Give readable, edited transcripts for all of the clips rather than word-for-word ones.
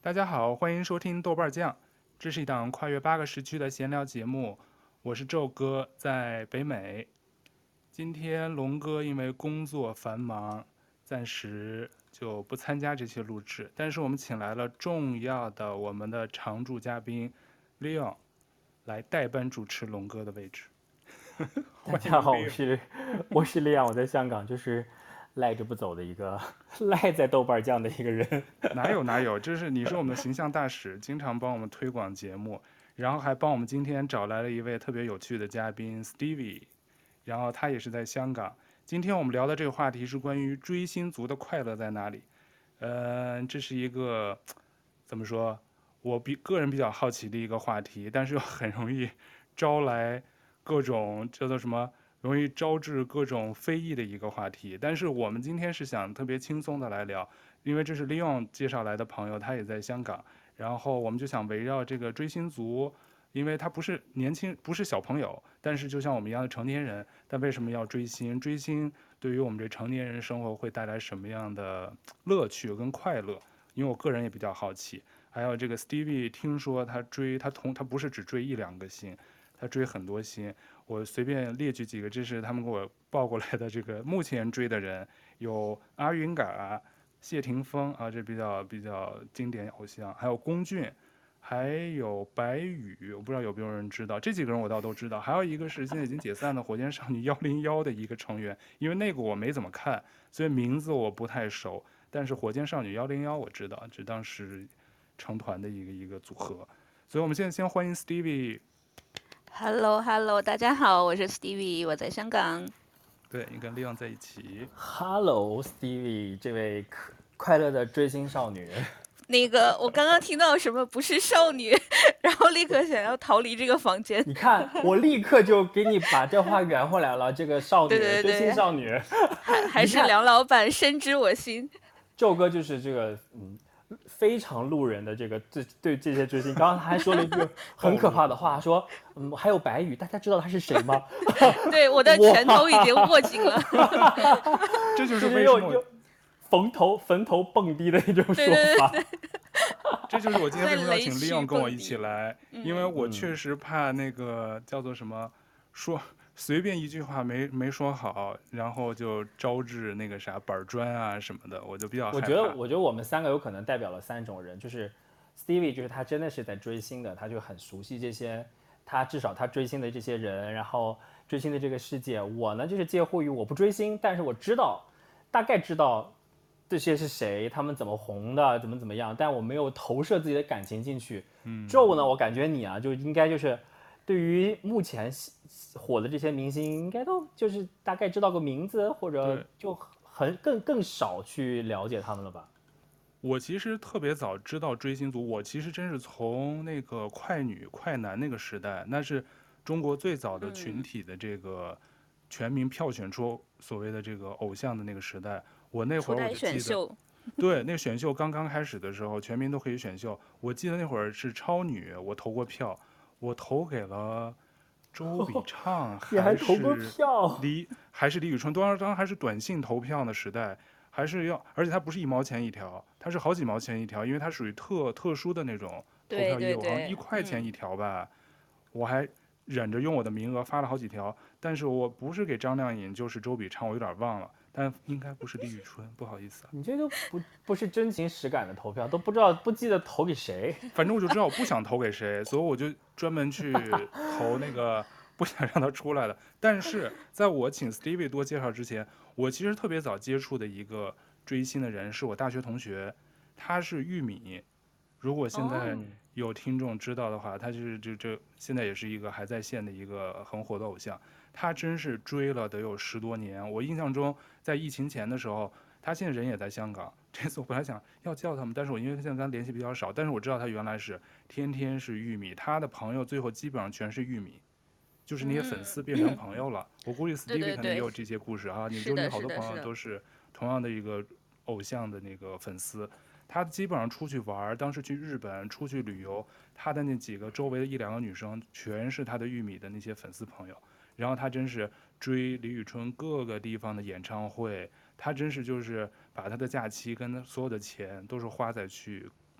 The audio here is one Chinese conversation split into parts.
大家好，欢迎收听豆瓣酱，这是一档跨越8个时区的闲聊节目。我是宙哥，在北美。今天龙哥因为工作繁忙，暂时就不参加这期录制。但是我们请来了重要的我们的常驻嘉宾 Leon 来代班主持龙哥的位置。欢迎大家好，我 Leon。 是我是利亚，我在香港，就是赖着不走的一个赖在豆瓣酱的一个人。 哪有，你是我们的形象大使，经常帮我们推广节目，然后还帮我们今天找来了一位特别有趣的嘉宾 Stevie，然后他也是在香港。今天我们聊的这个话题是关于追星族的快乐在哪里。这是一个怎么说，我个人比较好奇的一个话题，但是又很容易招来各种叫做什么，容易招致各种非议的一个话题。但是我们今天是想特别轻松的来聊，因为这是 Leon 介绍来的朋友，他也在香港，然后我们就想围绕这个追星族。因为他不是年轻，不是小朋友，但是就像我们一样的成年人，但为什么要追星？追星对于我们这成年人生活会带来什么样的乐趣跟快乐？因为我个人也比较好奇。还有这个 Stevie，听说他不是只追一两个星，他追很多星。我随便列举几个，这是他们给我报过来的这个目前追的人，有阿云嘎、谢霆锋啊，这比较经典偶像，还有龚俊。还有白宇，我不知道有没有人知道，这几个人我倒都知道。还有一个是现在已经解散的火箭少女101的一个成员，因为那个我没怎么看，所以名字我不太熟。但是火箭少女101我知道，这当时成团的一个组合。所以我们现在先欢迎 Stevie。 h e l l o h e l l o 大家好，我是 Stevie，我在香港。 对，你跟 Leon 在一起。 Hello Stevie，这位快乐的追星少女。 我刚刚听到什么不是少女，然后立刻想要逃离这个房间。 你看，我立刻就给你把这话圆回来了。这个少对女，追星对对， 少女， 还是你看， 梁老板深知我心。 宙哥就是这个非常路人的这个对这些追星。刚刚他还说了一句很可怕的话，说还有白宇，大家知道他是谁吗？ 对，我的拳头已经握紧了。 这就是就是为什么我又坟头蹦迪的一种对说法。 对对对， 这就是我今天为在什么要请雷区 Leon 跟我一起蹦迪。 来，因为嗯， 我确实怕那个叫做什么，说随便一句话没说好，然后就招致那个啥板砖啊什么的，我就比较我觉得， 害怕。 我觉得我们三个有可能代表了三种人，就是 Stevie，就是他真的是在追星的，他就很熟悉这些，他至少他追星的这些人，然后追星的这个世界。我呢，就是介乎于我不追星，但是我知道，大概知道这些是谁，他们怎么红的，怎么样，但我没有投射自己的感情进去。Joe 呢，我感觉你啊，就应该就是对于目前火的这些明星，应该都就是大概知道个名字，或者对， 就更少去了解他们了吧？ 我其实特别早知道追星族，我其实真是从那个快女、快男那个时代，那是中国最早的群体的这个全民票选出所谓的这个偶像的那个时代。我那会儿我初代就记得， 选秀。 对，那个选秀刚刚开始的时候，全民都可以选秀。我记得那会儿是超女，我投过票，我投给了周笔畅你还投过票？ 还是李宇春，当然还是短信投票的时代，还是要，而且它不是1毛钱一条，它是好几毛钱一条，因为它属于特殊的那种投对票业务，好像一对对， 块钱一条吧。我还忍着用我的名额发了好几条，但是我不是给张靓颖就是周笔畅，我有点忘了，但应该不是李宇春，不好意思啊。 你这都不是真情实感的投票，都不知道不记得投给谁。 反正我就知道我不想投给谁，所以我就专门去投那个不想让他出来的。但是在我请 Stevie 多介绍之前，我其实特别早接触的一个追星的人是我大学同学，他是玉米。如果现在哦， 有听众知道的话，他就是现在也是一个还在线的一个很火的偶像。他真是追了得有10多年。我印象中，在疫情前的时候，他现在人也在香港。这次我本来想要叫他们，但是我因为现在跟他联系比较少，但是我知道他原来是天天是玉米，他的朋友最后基本上全是玉米，就是那些粉丝变成朋友了。我估计对 Stevie 对对， 可能也有这些故事啊，你是的， 就你好多是的，是的。 朋友都是同样的一个偶像的那个粉丝。他基本上出去玩，当时去日本出去旅游，他的那几个周围的一两个女生全是他的玉米的那些粉丝朋友。然后他真是追李宇春各个地方的演唱会，他真是就是把他的假期跟他所有的钱都是花在去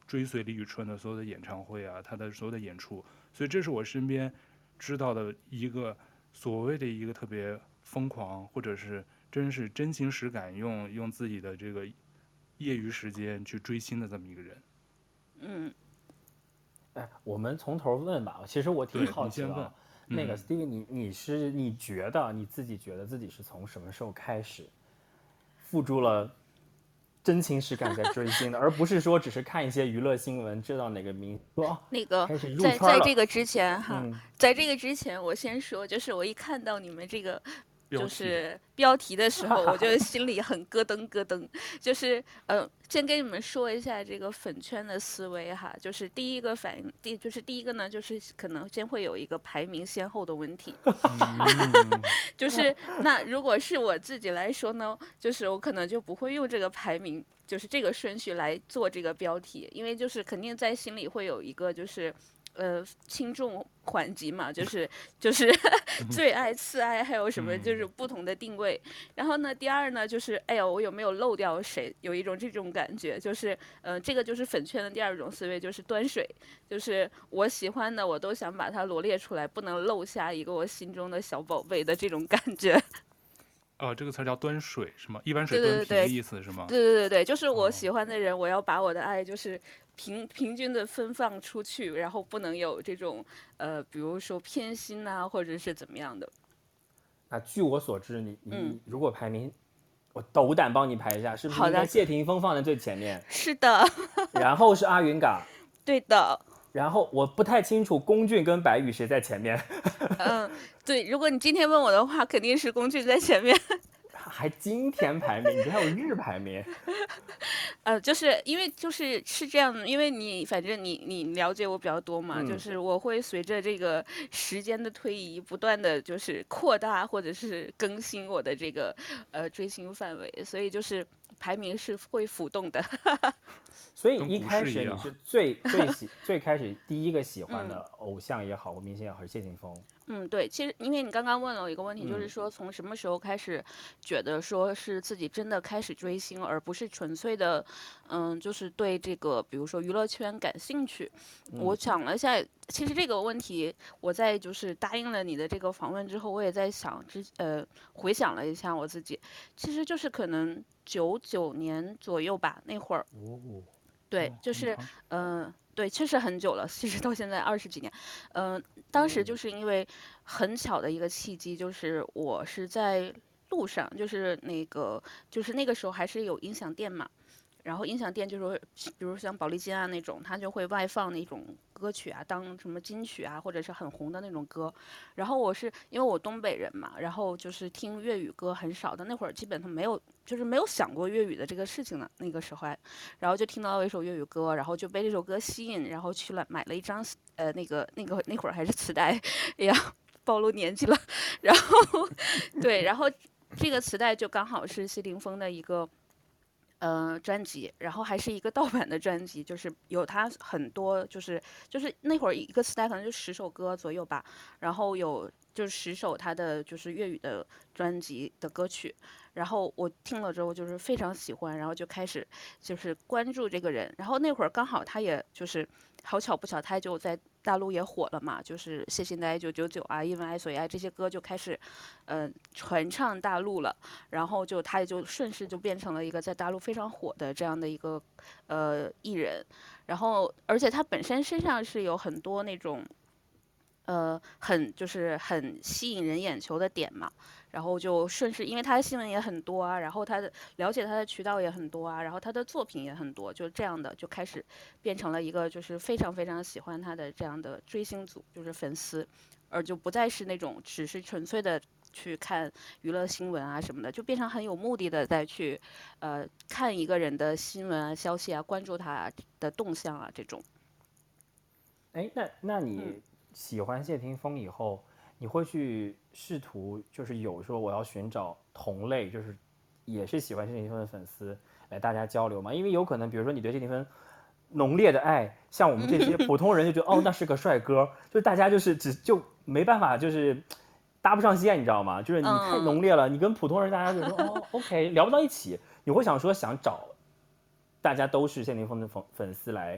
追随李宇春的所有的演唱会啊，他的所有的演出，所以这是我身边知道的一个所谓的一个特别疯狂，或者是真是真情实感用自己的这个业余时间去追星的这么一个人。 我们从头问吧。其实我挺对， 好奇的你先问。 那个 Stevie，你觉得你自己觉得自己是从什么时候开始付诸了真情实感在追星的，而不是说只是看一些娱乐新闻，知道哪个明说那个开始入圈了。 在这个之前哈，在这个之前，我先说，就是我一看到你们这个就是标题的时候，我就心里很咯噔咯噔。就是先跟你们说一下这个粉圈的思维哈，就是第一个反应，第一个呢，就是可能先会有一个排名先后的问题。就是那如果是我自己来说呢，就是我可能就不会用这个排名，就是这个顺序来做这个标题，因为就是肯定在心里会有一个就是轻重缓急嘛，就是最爱、次爱，还有什么就是不同的定位。然后呢，第二呢，就是哎呀，我有没有漏掉谁？有一种这种感觉，就是这个就是粉圈的第二种思维，就是端水，就是我喜欢的我都想把它罗列出来，不能漏下一个我心中的小宝贝的这种感觉。 这个词叫端水是吗？一碗水端平的意思是吗？ 对，就是我喜欢的人，我要把我的爱就是平均的分放出去，然后不能有这种比如说偏心啊，或者是怎么样的。 那据我所知，你如果排名，我斗胆帮你排一下，是不是好的应该谢霆锋放在最前面？ 是的。 然后是阿云嘎。 对的。 然后我不太清楚龚俊跟白宇谁在前面。 对，如果你今天问我的话，肯定是龚俊在前面。 还今天排名，你还有日排名？ 就是因为是这样的，因为反正你了解我比较多嘛，就是我会随着这个时间的推移，不断的就是扩大或者是更新我的这个追星范围，所以就是排名是会浮动的。 所以一开始你是最开始第一个喜欢的偶像也好，或明星也好，是谢霆锋。 对，其实因为你刚刚问了我一个问题，就是说从什么时候开始觉得说是自己真的开始追星，而不是纯粹的，就是对这个比如说娱乐圈感兴趣。我想了一下，其实这个问题我在就是答应了你的这个访问之后，我也在想回想了一下我自己，其实就是可能99年左右吧，那会儿。对，就是对，确实很久了，其实到现在20几年。当时就是因为很巧的一个契机，就是我是在路上，就是那个时候还是有音响店嘛。然后音响店就是比如像宝丽金啊那种，它就会外放那种歌曲啊，当什么金曲啊，或者是很红的那种歌。然后我是因为我东北人嘛，然后就是听粤语歌很少的，那会儿基本上没有想过粤语的这个事情呢，那个时候然后就听到了一首粤语歌，然后就被这首歌吸引，然后去买了一张那会儿还是磁带。哎呀，暴露年纪了。然后对，然后这个磁带就刚好是谢霆锋的一个专辑，然后还是一个盗版的专辑，就是有他很多就是那会儿一个磁带可能就10首歌左右吧，然后有就是10首他的就是粤语的专辑的歌曲，然后我听了之后就是非常喜欢，然后就开始就是关注这个人，然后那会儿刚好他也就是好巧不巧，他就在大陆也火了嘛，就是谢欣的1999啊，因为爱所以爱这些歌就开始传唱大陆了，然后他也就顺势就变成了一个在大陆非常火的这样的一个艺人，然后而且他本身身上是有很多那种就是很吸引人眼球的点嘛，然后就顺势，因为他的新闻也很多啊，然后了解他的渠道也很多啊，然后他的作品也很多，就这样的就开始变成了一个就是非常非常喜欢他的这样的追星族，就是粉丝，而就不再是那种只是纯粹的去看娱乐新闻啊什么的，就变成很有目的的再去看一个人的新闻啊消息啊，关注他的动向啊这种。 哎，那你喜欢谢霆锋以后，你会去试图就是有说我要寻找同类，就是也是喜欢谢霆锋的粉丝来大家交流吗？因为有可能比如说你对谢霆锋浓烈的爱，像我们这些普通人就觉得哦那是个帅哥，就是大家就是就没办法就是搭不上线，你知道吗？就是你太浓烈了，你跟普通人大家就说哦 OK 聊不到一起，你会想说想找大家都是谢霆锋的粉丝来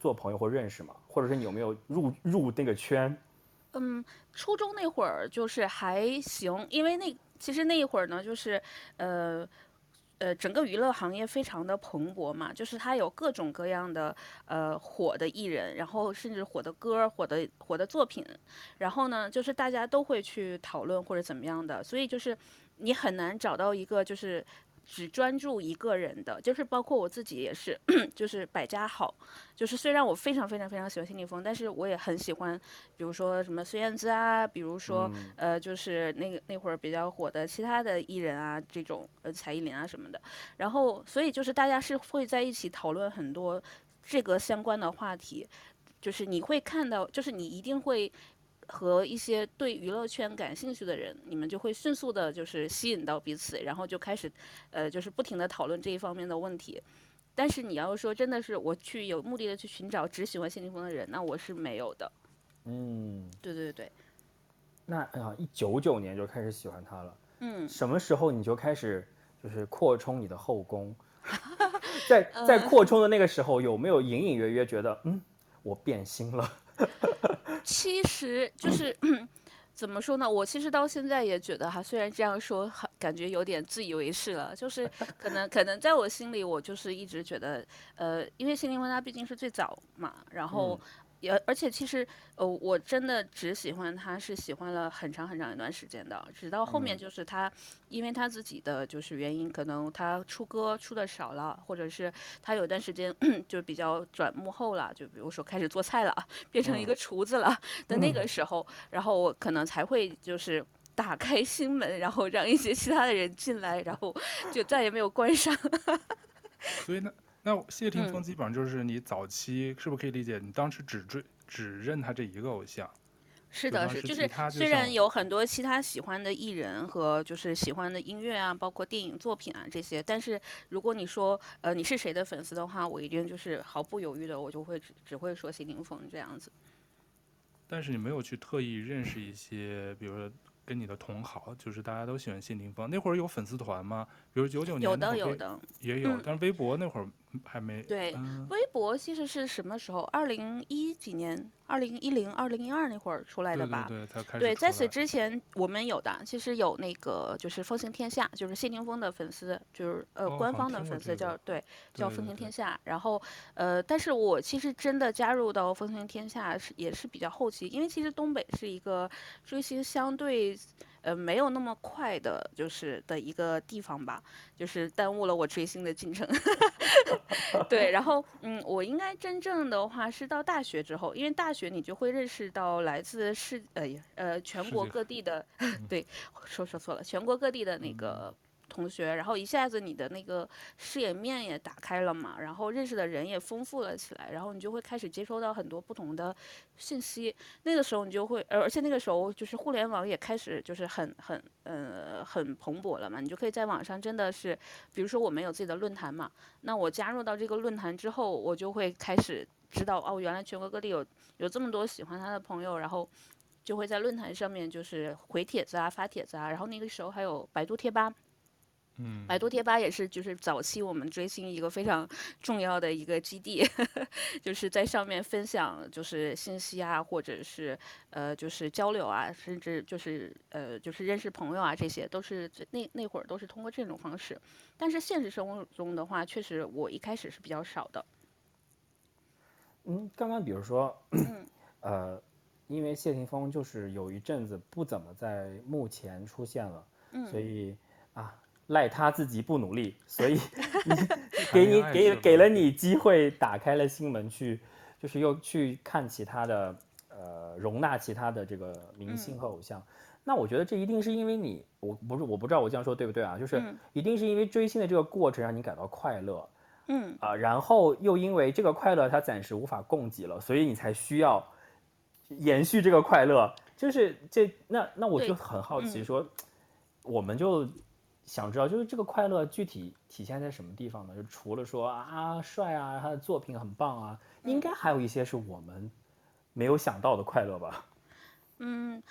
做朋友或认识吗？或者是你有没有入那个圈？ 初中那会儿就是还行，因为其实那一会儿呢，就是呃整个娱乐行业非常的蓬勃嘛，就是它有各种各样的火的艺人，然后甚至火的歌、火的作品，然后呢，就是大家都会去讨论或者怎么样的，所以就是你很难找到一个就是只专注一个人的，就是包括我自己也是，就是百家好，就是虽然我非常非常非常喜欢谢霆锋，但是我也很喜欢，比如说什么孙燕姿啊，比如说就是那会儿比较火的其他的艺人啊，这种蔡依林啊什么的，然后所以就是大家是会在一起讨论很多这个相关的话题，就是你会看到，就是你一定会和一些对娱乐圈感兴趣的人，你们就会迅速的就是吸引到彼此，然后就开始就是不停的讨论这一方面的问题。但是你要说真的是我去有目的的去寻找只喜欢谢霆锋的人，那我是没有的。 嗯， 对对对， 那1999年就开始喜欢他了。 嗯什么时候你就开始就是扩充你的后宫？在扩充的那个时候，有没有隐隐约约觉得我变心了？ 其实就是怎么说呢？我其实到现在也觉得哈，虽然这样说，感觉有点自以为是了。就是可能在我心里，我就是一直觉得，因为谢霆锋他毕竟是最早嘛，然后而且其实我真的只喜欢他是喜欢了很长很长一段时间的，直到后面就是他，因为他自己的就是原因，可能他出歌出的少了，或者是他有段时间就比较转幕后了，就比如说开始做菜了，变成一个厨子了的那个时候，然后我可能才会就是打开心门，然后让一些其他的人进来，然后就再也没有关上。 所以那谢霆锋基本上就是你早期是不是可以理解，你当时只认他这一个偶像， 是的，是， 就当时其就是他就像虽然有很多其他喜欢的艺人和就是喜欢的音乐啊，包括电影作品啊这些，但是如果你说你是谁的粉丝的话，我一定就是毫不犹豫的，我就会只会说谢霆锋这样子。 但是你没有去特意认识一些，比如说跟你的同好，就是大家都喜欢谢霆锋。那会儿有粉丝团吗？比如99年有那会儿的有的， 也有，但是微博那会儿还没。 对，微博其实是什么时候？2010几年，2010、2012那会儿出来的吧？ 对对对，才开始对，在此出来。 之前我们有的，其实有那个就是风行天下，就是谢霆锋的粉丝，就是哦， 官好像方的粉丝听过这个。 叫风对对对， 行天下。然后但是我其实真的加入到风行天下也是比较后期，因为其实东北是一个追星相对没有那么快的，就是的一个地方吧，就是耽误了我追星的进程。对，然后我应该真正的话是到大学之后，因为大学你就会认识到来自全国世界。 各地的，对，说错了，全国各地的那个同学，然后一下子你的那个视野面也打开了嘛，然后认识的人也丰富了起来，然后你就会开始接收到很多不同的信息。那个时候你就会，而且那个时候就是互联网也开始就是很蓬勃了嘛，你就可以在网上真的是，比如说我们有自己的论坛嘛。那我加入到这个论坛之后，我就会开始知道哦，原来全国各地有这么多喜欢他的朋友，然后就会在论坛上面就是回帖子啊、发帖子啊，然后那个时候还有百度贴吧。百度贴吧也是就是早期我们追星一个非常重要的一个基地，就是在上面分享就是信息啊，或者是就是交流啊，甚至就是认识朋友啊，这些都是那会儿都是通过这种方式。但是现实生活中的话，确实我一开始是比较少的。 刚刚比如说，呃，因为谢霆锋就是有一阵子不怎么在幕前出现了，所以赖他自己不努力，所以谈恋爱去了。 给了你机会，打开了心门去，就是又去看其他的，容纳其他的这个明星和偶像。那我觉得这一定是因为你，我不知道我这样说对不对啊？就是一定是因为追星的这个过程让你感到快乐，然后又因为这个快乐它暂时无法供给了，所以你才需要延续这个快乐。就是那我就对， 很好奇说，我们就想知道，就是这个快乐具体体现在什么地方呢？就除了说帅啊，他的作品很棒啊，应该还有一些是我们没有想到的快乐吧？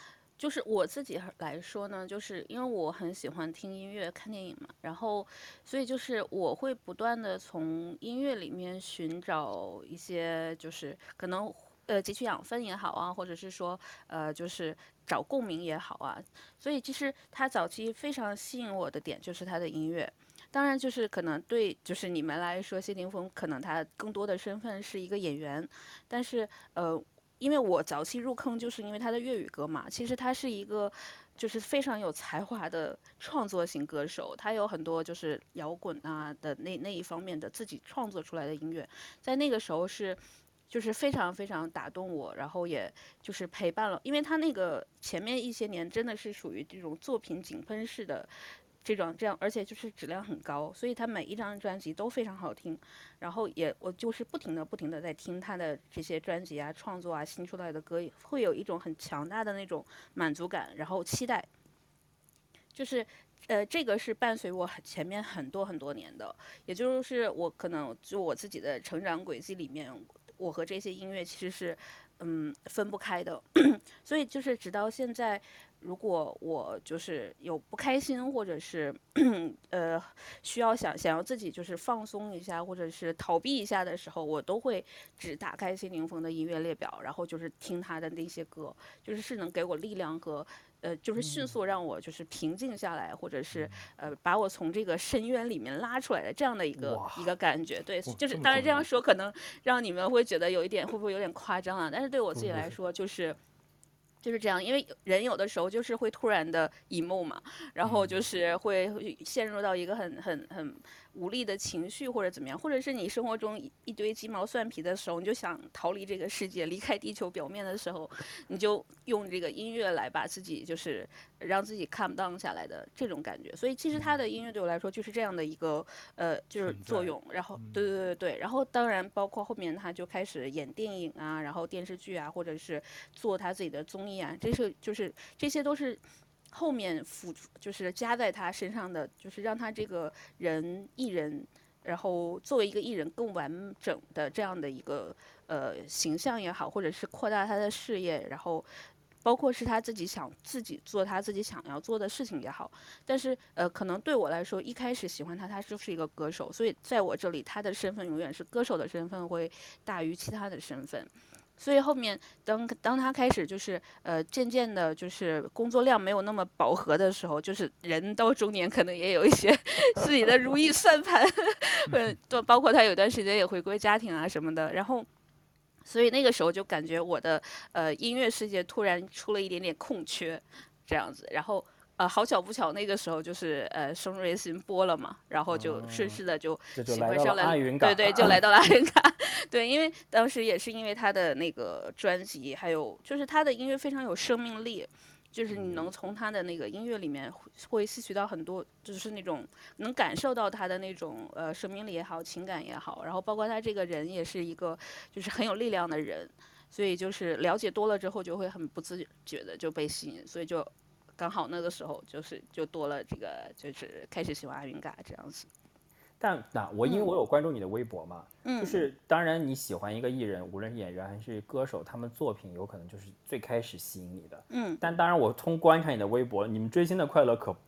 就是我自己来说呢，就是因为我很喜欢听音乐、看电影嘛，然后所以就是我会不断的从音乐里面寻找一些，就是可能汲取养分也好啊，或者是说就是找共鸣也好啊。所以其实他早期非常吸引我的点就是他的音乐。当然，就是可能对，就是你们来说，谢霆锋可能他更多的身份是一个演员，但是因为我早期入坑，就是因为他的粤语歌嘛。其实他是一个就是非常有才华的创作型歌手，他有很多就是摇滚啊的那一方面的自己创作出来的音乐，在那个时候是就是非常非常打动我，然后也就是陪伴了，因为他那个前面一些年真的是属于这种作品井喷式的这样，而且就是质量很高，所以他每一张专辑都非常好听。然后我就是不停的在听他的这些专辑啊、创作啊、新出来的歌，会有一种很强大的那种满足感，然后期待。就是这个是伴随我前面很多很多年的，也就是我可能就我自己的成长轨迹里面，我和这些音乐其实是分不开的。所以就是直到现在，如果我就是有不开心，或者是需要想要自己就是放松一下，或者是逃避一下的时候，我都会只打开谢霆锋的音乐列表，然后就是听他的那些歌，就是能给我力量和就是迅速让我就是平静下来，或者是把我从这个深渊里面拉出来的这样的一个感觉。对， 哇， 就是当然这么重要。 这样说可能让你们会觉得会不会有点夸张啊？但是对我自己来说，就是这样，因为人有的时候就是会突然的 emo 嘛，然后就是会陷入到一个很无力的情绪或者怎么样，或者是你生活中一堆鸡毛蒜皮的时候，你就想逃离这个世界，离开地球表面的时候，你就用这个音乐来把自己就是让自己 calm down 下来的这种感觉。所以其实他的音乐对我来说就是这样的一个就是存在。 作用。然后对，然后当然包括后面他就开始演电影啊，然后电视剧啊，或者是做他自己的综艺啊，就是这些都是后面就是加在他身上的，就是让他这个艺人，然后作为一个艺人更完整的这样的一个形象也好，或者是扩大他的事业，然后包括是他自己做他自己想要做的事情也好。但是可能对我来说，一开始喜欢他，他就是一个歌手，所以在我这里，他的身份永远是歌手的身份会大于其他的身份。所以后面当他开始就是渐渐的，就是工作量没有那么饱和的时候，就是人到中年可能也有一些自己的如意算盘，就包括他有段时间也回归家庭啊什么的，然后。所以那个时候就感觉我的音乐世界突然出了一点点空缺，这样子。然后好巧不巧，那个时候就是声瑞新播了嘛，然后就顺势的就这就来到了喜欢上了， 阿云嘎。 对对，就来到了阿云卡。对，因为当时也是因为他的那个专辑，还有就是他的音乐非常有生命力。就是你能从他的那个音乐里面会吸取到很多，就是那种能感受到他的那种生命力也好，情感也好，然后包括他这个人也是一个就是很有力量的人，所以就是了解多了之后就会很不自觉的就被吸引，所以就刚好那个时候就多了这个就是开始喜欢阿云嘎这样子。 但因为我有关注你的微博嘛，就嗯是当然你喜欢一个艺人，无论是演员还是歌手，他们作品有可能就是最开始吸引你的。 嗯， 但当然，我从观察你的微博，你们追星的快乐可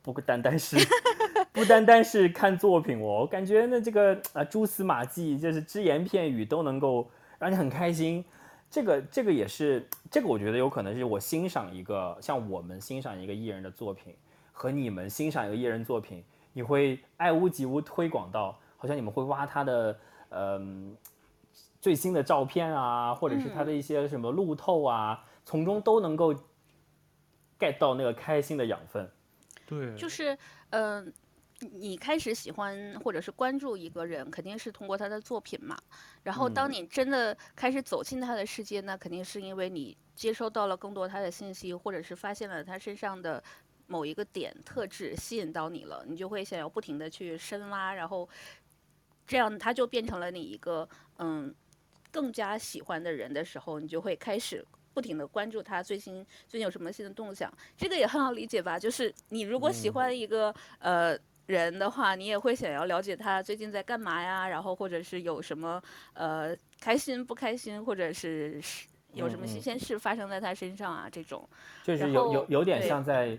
不单单是看作品哦，我感觉那这个蛛丝马迹，就是只言片语都能够让你很开心。这个也是这个，我觉得有可能是我欣赏一个像我们欣赏一个艺人的作品，和你们欣赏一个艺人作品。你会爱屋及乌推广到，好像你们会挖他的最新的照片啊，或者是他的一些什么路透啊，从中都能够 get 到那个开心的养分。 对， 就是你开始喜欢或者是关注一个人，肯定是通过他的作品嘛。然后当你真的开始走进他的世界，那肯定是因为你接收到了更多他的信息，或者是发现了他身上的某一个点特质吸引到你了，你就会想要不停的去深挖，然后这样他就变成了你一个更加喜欢的人的时候，你就会开始不停的关注他最近有什么新的动向。这个也很好理解吧？就是你如果喜欢一个人的话，你也会想要了解他最近在干嘛呀，然后或者是有什么开心不开心，或者是有什么新鲜事发生在他身上啊这种。 就是然后有点对像在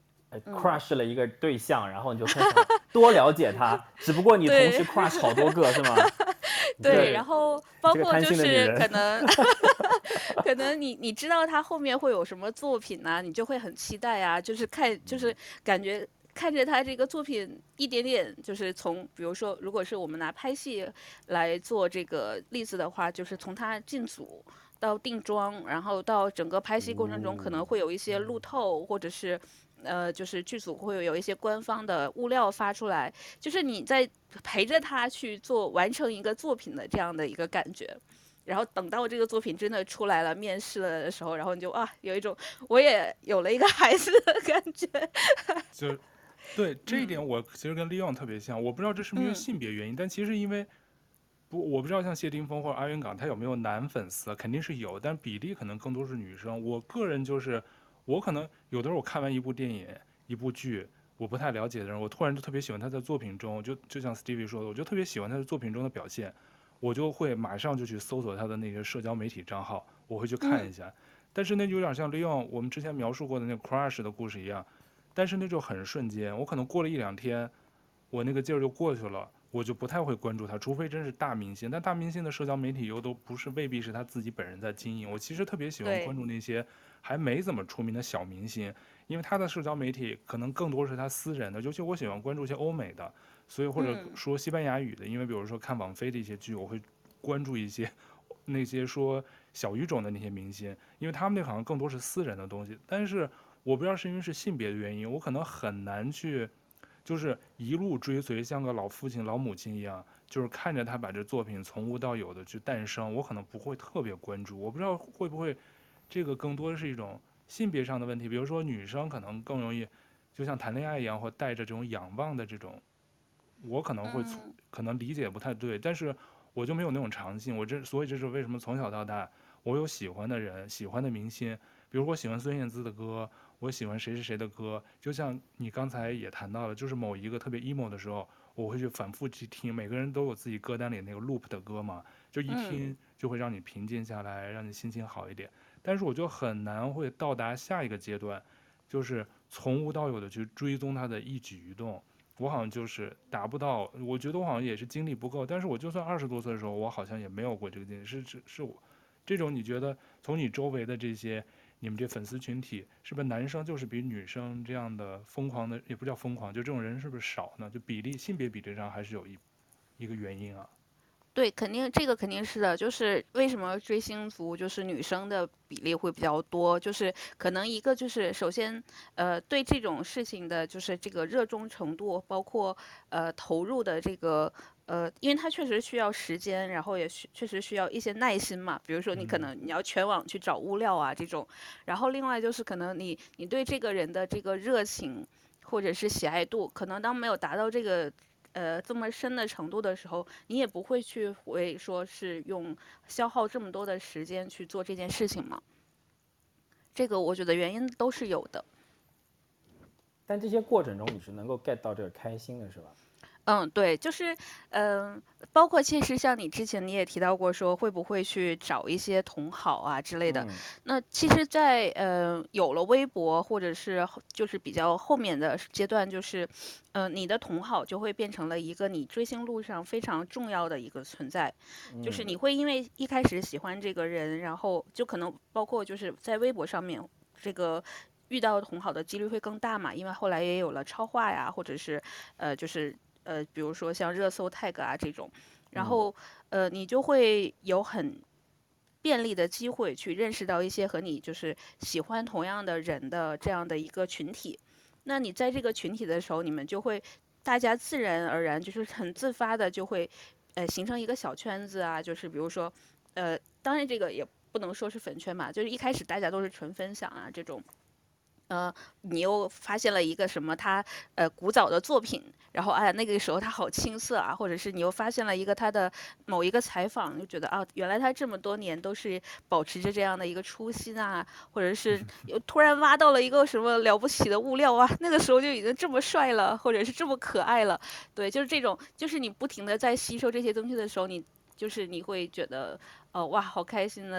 crush 了一个对象，然后你就很想多了解他，只不过你同对时 crush 好多个是吗？ 对，然后包这个贪括就心的女人是可能可能你知道他后面会有什么作品呢、你就会很期待啊，就是就是感觉看着他这个作品一点点，就是从比如说，如果是我们拿拍戏来做这个例子的话，就是从他进组到定妆，然后到整个拍戏过程中可能会有一些路透，或者是就是剧组会有一些官方的物料发出来，就是你在陪着他去做完成一个作品的这样的一个感觉。然后等到这个作品真的出来了，面试了的时候，然后你就有一种我也有了一个孩子的感觉。 就对这一点，我其实跟利昂特别像。我不知道这是不是因为性别原因，但其实因为我不知道像谢霆锋或者阿元岗他有没有男粉丝，肯定是有，但比例可能更多是女生。我个人就是，我可能有的时候我看完一部电影、一部剧，我不太了解的人，我突然就特别喜欢他在作品中，就像 Stevie 说的，我就特别喜欢他在作品中的表现，我就会马上就去搜索他的那个社交媒体账号，我会去看一下。但是那就有点像利用我们之前描述过的那个 crush 的故事一样，但是那就很瞬间，我可能过了1-2天，我那个劲儿就过去了，我就不太会关注他，除非真是大明星。但大明星的社交媒体又都不是未必是他自己本人在经营。我其实特别喜欢关注那些还没怎么出名的小明星，因为他的社交媒体可能更多是他私人的，尤其我喜欢关注一些欧美的，所以或者说西班牙语的，因为比如说看网飞的一些剧，我会关注一些那些说小语种的那些明星，因为他们那好像更多是私人的东西。但是我不知道是因为是性别的原因，我可能很难去就是一路追随，像个老父亲老母亲一样，就是看着他把这作品从无到有的去诞生，我可能不会特别关注。我不知道会不会这个更多的是一种性别上的问题，比如说女生可能更容易就像谈恋爱一样，或带着这种仰望的这种，我可能会可能理解不太对，但是我就没有那种长性。所以这是为什么从小到大我有喜欢的人、喜欢的明星，比如我喜欢孙燕姿的歌，我喜欢谁谁谁的歌，就像你刚才也谈到了，就是某一个特别 emo 的时候，我会去反复去听。每个人都有自己歌单里那个 loop 的歌嘛，就一听就会让你平静下来，让你心情好一点。但是我就很难会到达下一个阶段，就是从无到有的去追踪他的一举一动。我好像就是达不到，我觉得我好像也是精力不够。但是我就算20多岁的时候，我好像也没有过这个经历。是我这种，你觉得从你周围的这些你们这粉丝群体，是不是男生就是比女生这样的疯狂的，也不叫疯狂，就这种人是不是少呢？就性别比例上还是有一个原因啊。 对，这个肯定是的，就是为什么追星族就是女生的比例会比较多，就是可能一个就是首先，对这种事情的就是这个热衷程度，包括投入的这个因为它确实需要时间，然后也确实需要一些耐心嘛，比如说你要全网去找物料啊这种，然后另外就是可能你对这个人的这个热情或者是喜爱度，可能当没有达到这个。这么深的程度的时候，你也不会说是用消耗这么多的时间去做这件事情嘛。这个我觉得原因都是有的。 但这些过程中你是能够 get 到这个开心的，是吧？ 对，就是，包括其实像你之前你也提到过，说会不会去找一些同好啊之类的。那其实在，有了微博或者是就是比较后面的阶段，就是，你的同好就会变成了一个你追星路上非常重要的一个存在。就是你会因为一开始喜欢这个人，然后就可能包括就是在微博上面这个。遇到同好的几率会更大嘛，因为后来也有了超话呀，或者是，就是比如说像热搜 tag 啊这种，然后你就会有很便利的机会去认识到一些和你就是喜欢同样的人的这样的一个群体。那你在这个群体的时候，你们就会大家自然而然就是很自发的就会形成一个小圈子啊，就是比如说当然这个也不能说是粉圈嘛，就是一开始大家都是纯分享啊这种。你又发现了一个什么他古早的作品，然后那个时候他好青涩啊，或者是你又发现了一个他的某一个采访，就觉得原来他这么多年都是保持着这样的一个初心啊，或者是又突然挖到了一个什么了不起的物料啊，那个时候就已经这么帅了，或者是这么可爱了，对，就是这种，就是你不停的在吸收这些东西的时候，你会觉得哇，好开心的。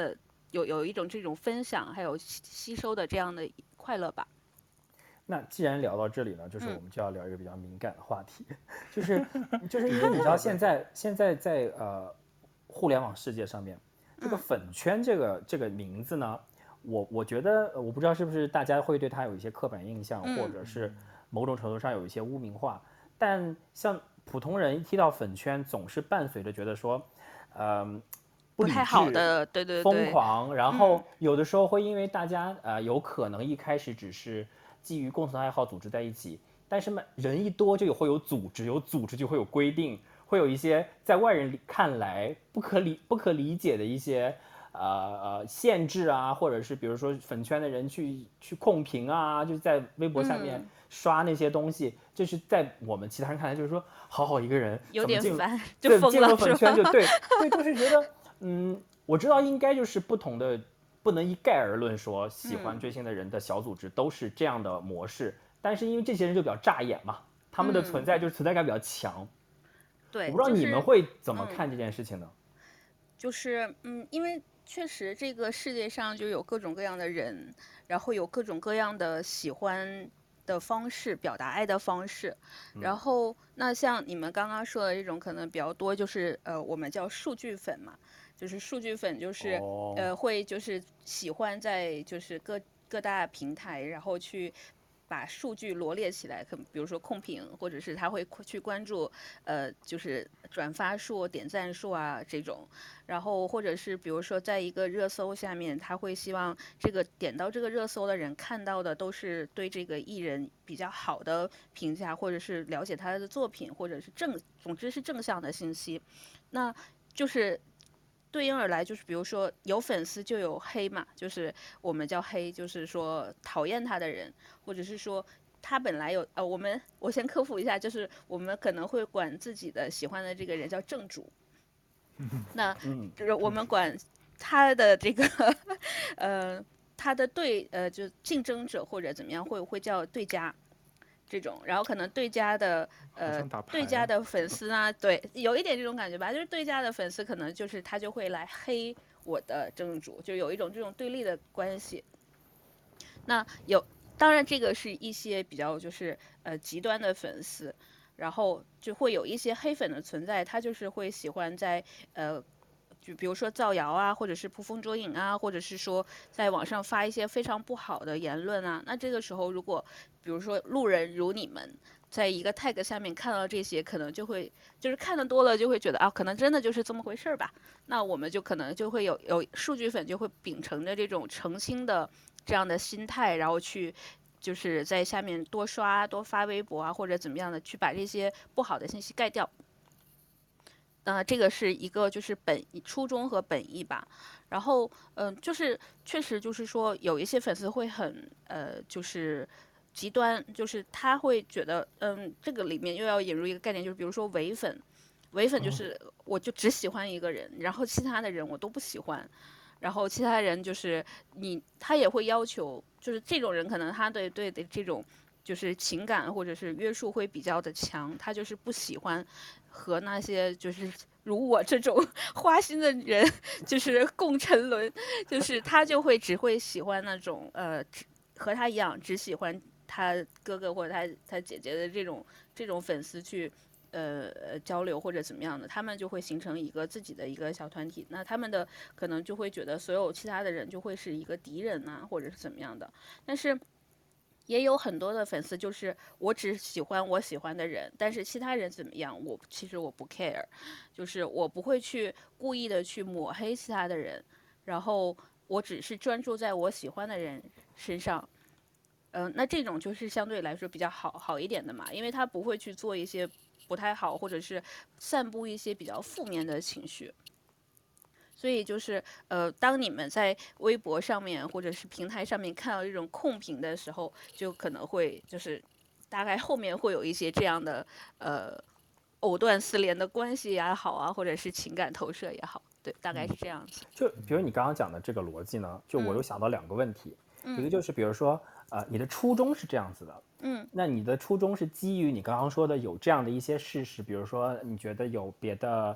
有一种这种分享还有吸收的这样的快乐吧。 那既然聊到这里呢，就是嗯我们就要聊一个比较敏感的话题，就是因为你知道现在在互联网世界上面，这个粉圈这个名字呢，我觉得我不知道是不是大家会对它有一些刻板印象，或者是某种程度上有一些污名化，但像普通人一提到粉圈，总是伴随着觉得说，不理不太好智、 的，对对疯对， 狂，然后有的时候会因为大家有可能一开始只是基于共同爱好组织在一起，但是嘛人一多就会有组织，有组织就会有规定，会有一些在外人看来不可理解的一些限制啊，或者是比如说粉圈的人去控评啊，就是在微博下面刷那些东西，就是在我们其他人看来就是说好好一个人有怎么进入点烦，就疯进入了是吧？ 粉圈就对，就是觉得我知道应该就是不同的，不能一概而论说喜欢追星的人的小组织都是这样的模式，但是因为这些人就比较扎眼嘛，他们的存在就是存在感比较强。我对， 不知道你们就是会怎么看这件事情呢？ 就是因为确实这个世界上就有各种各样的人，然后有各种各样的喜欢的方式，表达爱的方式。然后那像你们刚刚说的这种，可能比较多，就是我们叫数据粉嘛，就是数据粉就是会就是喜欢在就是各大平台，然后去把数据罗列起来，比如说控评，或者是他会去关注就是转发数、点赞数啊这种，然后或者是比如说在一个热搜下面，他会希望这个点到这个热搜的人看到的都是对这个艺人比较好的评价，或者是了解他的作品，或者是总之是正向的信息。那就是对应而来，就是比如说有粉丝就有黑嘛，就是我们叫黑，就是说讨厌他的人，或者是说他本来有我先科普一下，就是我们可能会管自己的喜欢的这个人叫正主，那就是我们管他的这个他的就竞争者或者怎么样会叫对家。这种，然后可能对家的对家的粉丝啊，对，有一点这种感觉吧，就是对家的粉丝可能就是他就会来黑我的正主，就有一种这种对立的关系。那当然这个是一些比较就是极端的粉丝，然后就会有一些黑粉的存在，他就是会喜欢在就比如说造谣啊，或者是捕风捉影啊，或者是说在网上发一些非常不好的言论啊。那这个时候，如果比如说路人如你们，在一个 tag 下面看到这些，可能就是看的多了，就会觉得啊，可能真的就是这么回事儿吧。那我们就可能就会有数据粉就会秉承着这种诚心的这样的心态，然后去就是在下面多刷多发微博啊，或者怎么样的，去把这些不好的信息盖掉。这个是一个就是初衷和本意吧。然后就是确实就是说有一些粉丝会很就是极端，就是他会觉得这个里面又要引入一个概念，就是比如说唯粉，唯粉就是我就只喜欢一个人，然后其他的人我都不喜欢。然后其他人就是他也会要求，就是这种人可能他对的这种就是情感或者是约束会比较的强，他就是不喜欢和那些就是如我这种花心的人就是共沉沦，就是他就会只会喜欢那种和他一样只喜欢他哥哥或者他姐姐的这种粉丝去。交流或者怎么样的，他们就会形成一个自己的一个小团体。那他们的可能就会觉得所有其他的人就会是一个敌人呐、或者是怎么样的。但是也有很多的粉丝就是我只喜欢我喜欢的人，但是其他人怎么样，其实我不 care，就是我不会去故意的去抹黑其他的人，然后我只是专注在我喜欢的人身上。那这种就是相对来说比较好一点的嘛，因为他不会去做一些不太好，或者是散布一些比较负面的情绪。所以就是当你们在微博上面或者是平台上面看到这种控评的时候，就可能会就是大概后面会有一些这样的藕断丝连的关系也好啊，或者是情感投射也好，对，大概是这样子。 就比如你刚刚讲的这个逻辑呢，就我又想到两个问题，一个就是比如说你的初衷是这样子的，那你的初衷是基于你刚刚说的有这样的一些事实，比如说你觉得有别的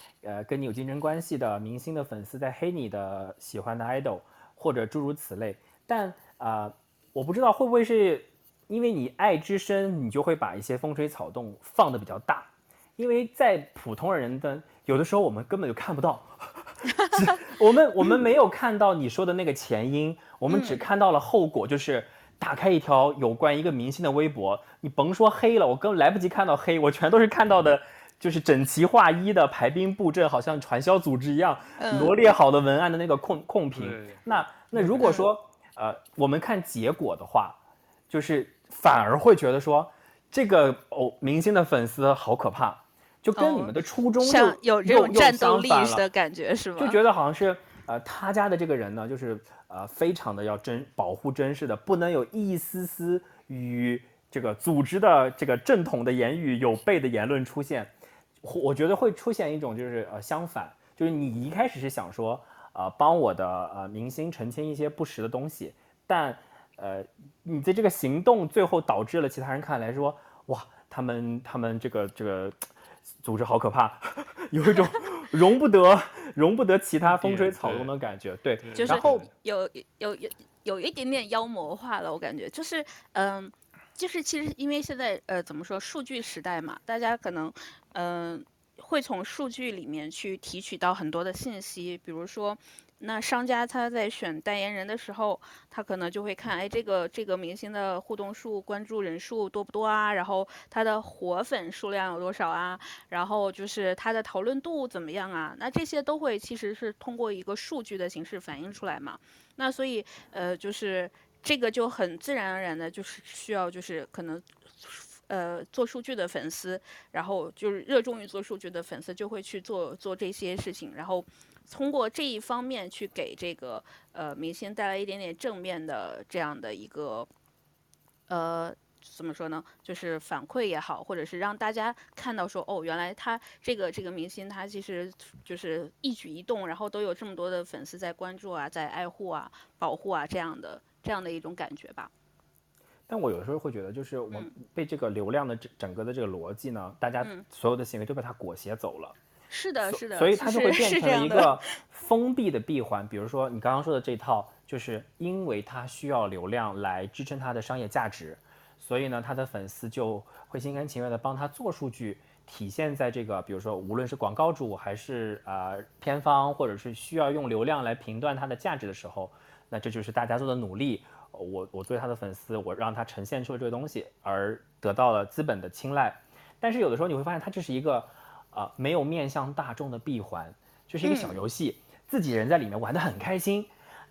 跟你有竞争关系的明星的粉丝在黑你的喜欢的 idol，或者诸如此类。但我不知道会不会是因为你爱之深，你就会把一些风吹草动放得比较大，因为在普通人的有的时候我们根本就看不到。我们没有看到你说的那个前因，我们只看到了后果，就是打开一条有关一个明星的微博，你甭说黑了，我根本来不及看到黑，我全都是看到的就是整齐划一的排兵布阵，好像传销组织一样罗列好的文案的那个控评。那如果说我们看结果的话，就是反而会觉得说这个明星的粉丝好可怕，就跟你们的初衷像有这种战斗力又的感觉是吗？ 就觉得好像是他家的这个人呢，就是非常的要保护真实的，不能有一丝丝与这个组织的这个正统的言语有悖的言论出现。我觉得会出现一种就是相反，就是你一开始是想说帮我的明星澄清一些不实的东西，但你的这个行动最后导致了其他人看来说，哇，他们这个组织好可怕，有一种容不得其他风吹草动的感觉。对， 就是然后有一点点妖魔化了，我感觉就是就是其实因为现在怎么说数据时代嘛，大家可能会从数据里面去提取到很多的信息，比如说那商家他在选代言人的时候，他可能就会看，哎，这个明星的互动数、关注人数多不多啊？然后他的活粉数量有多少啊？然后就是他的讨论度怎么样啊？那这些都会其实是通过一个数据的形式反映出来嘛。那所以就是这个就很自然而然的，就是需要就是可能。做数据的粉丝，然后就是热衷于做数据的粉丝，就会去做这些事情，然后通过这一方面去给这个明星带来一点点正面的这样的一个怎么说呢？就是反馈也好，或者是让大家看到说，哦，原来他这个明星他其实就是一举一动，然后都有这么多的粉丝在关注啊，在爱护啊、保护啊这样的一种感觉吧。 但我有时候会觉得，就是我被这个流量的整个的这个逻辑呢，大家所有的行为都被它裹挟走了。 是的，是的， 所以它就会变成了一个个封闭的闭环。比如说你刚刚说的这套，就是因为它需要流量来支撑它的商业价值，所以呢，他的粉丝就会心甘情愿的帮他做数据，体现在这个，比如说无论是广告主还是片方，或者是需要用流量来评断它的价值的时候，那这就是大家做的努力。我作为他的粉丝，我让他呈现出了这个东西，而得到了资本的青睐。但是有的时候你会发现，它这是一个没有面向大众的闭环，就是一个小游戏，自己人在里面玩得很开心。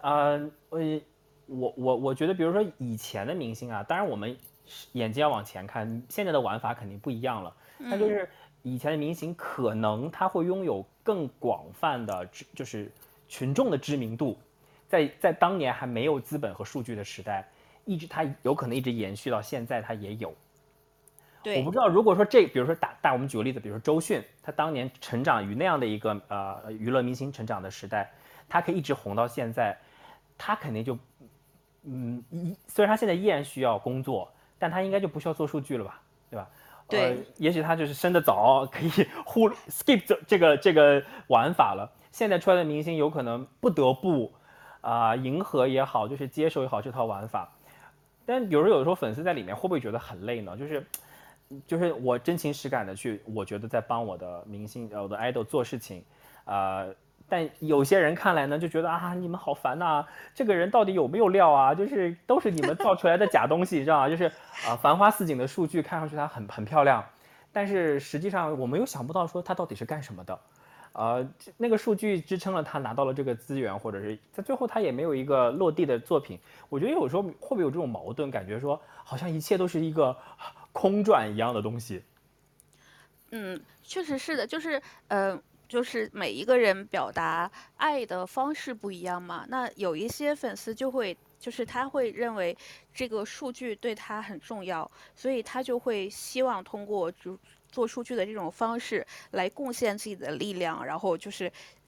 我觉得，比如说以前的明星啊，当然我们眼睛要往前看，现在的玩法肯定不一样了。但就是以前的明星，可能他会拥有更广泛的，就是群众的知名度。在当年还没有资本和数据的时代，它有可能一直延续到现在，它也有。 对， 我不知道，如果说比如说我们举个例子，比如说周迅，他当年成长于那样的一个娱乐明星成长的时代，他可以一直红到现在，他肯定就虽然他现在依然需要工作，但他应该就不需要做数据了吧，对吧？ 对， 也许他就是生得早，可以skip 这个玩法了。现在出来的明星有可能不得不迎合也好，就是接受也好这套玩法。但有时候粉丝在里面会不会觉得很累呢？就是我真情实感的去，我觉得在帮我的明星、我的 idol 做事情，但有些人看来呢，就觉得你们好烦呐，这个人到底有没有料啊？就是都是你们造出来的假东西，知道吗？就是繁花似锦的数据看上去它很漂亮，但是实际上我们又想不到说它到底是干什么的。那个数据支撑了他拿到了这个资源，或者是在最后他也没有一个落地的作品。我觉得有时候会不会有这种矛盾，感觉说好像一切都是一个空转一样的东西。 确实是的，就是每一个人表达爱的方式不一样嘛。那有一些粉丝就是他会认为这个数据对他很重要，所以他就会希望通过做数据的这种方式来贡献自己的力量，然后就是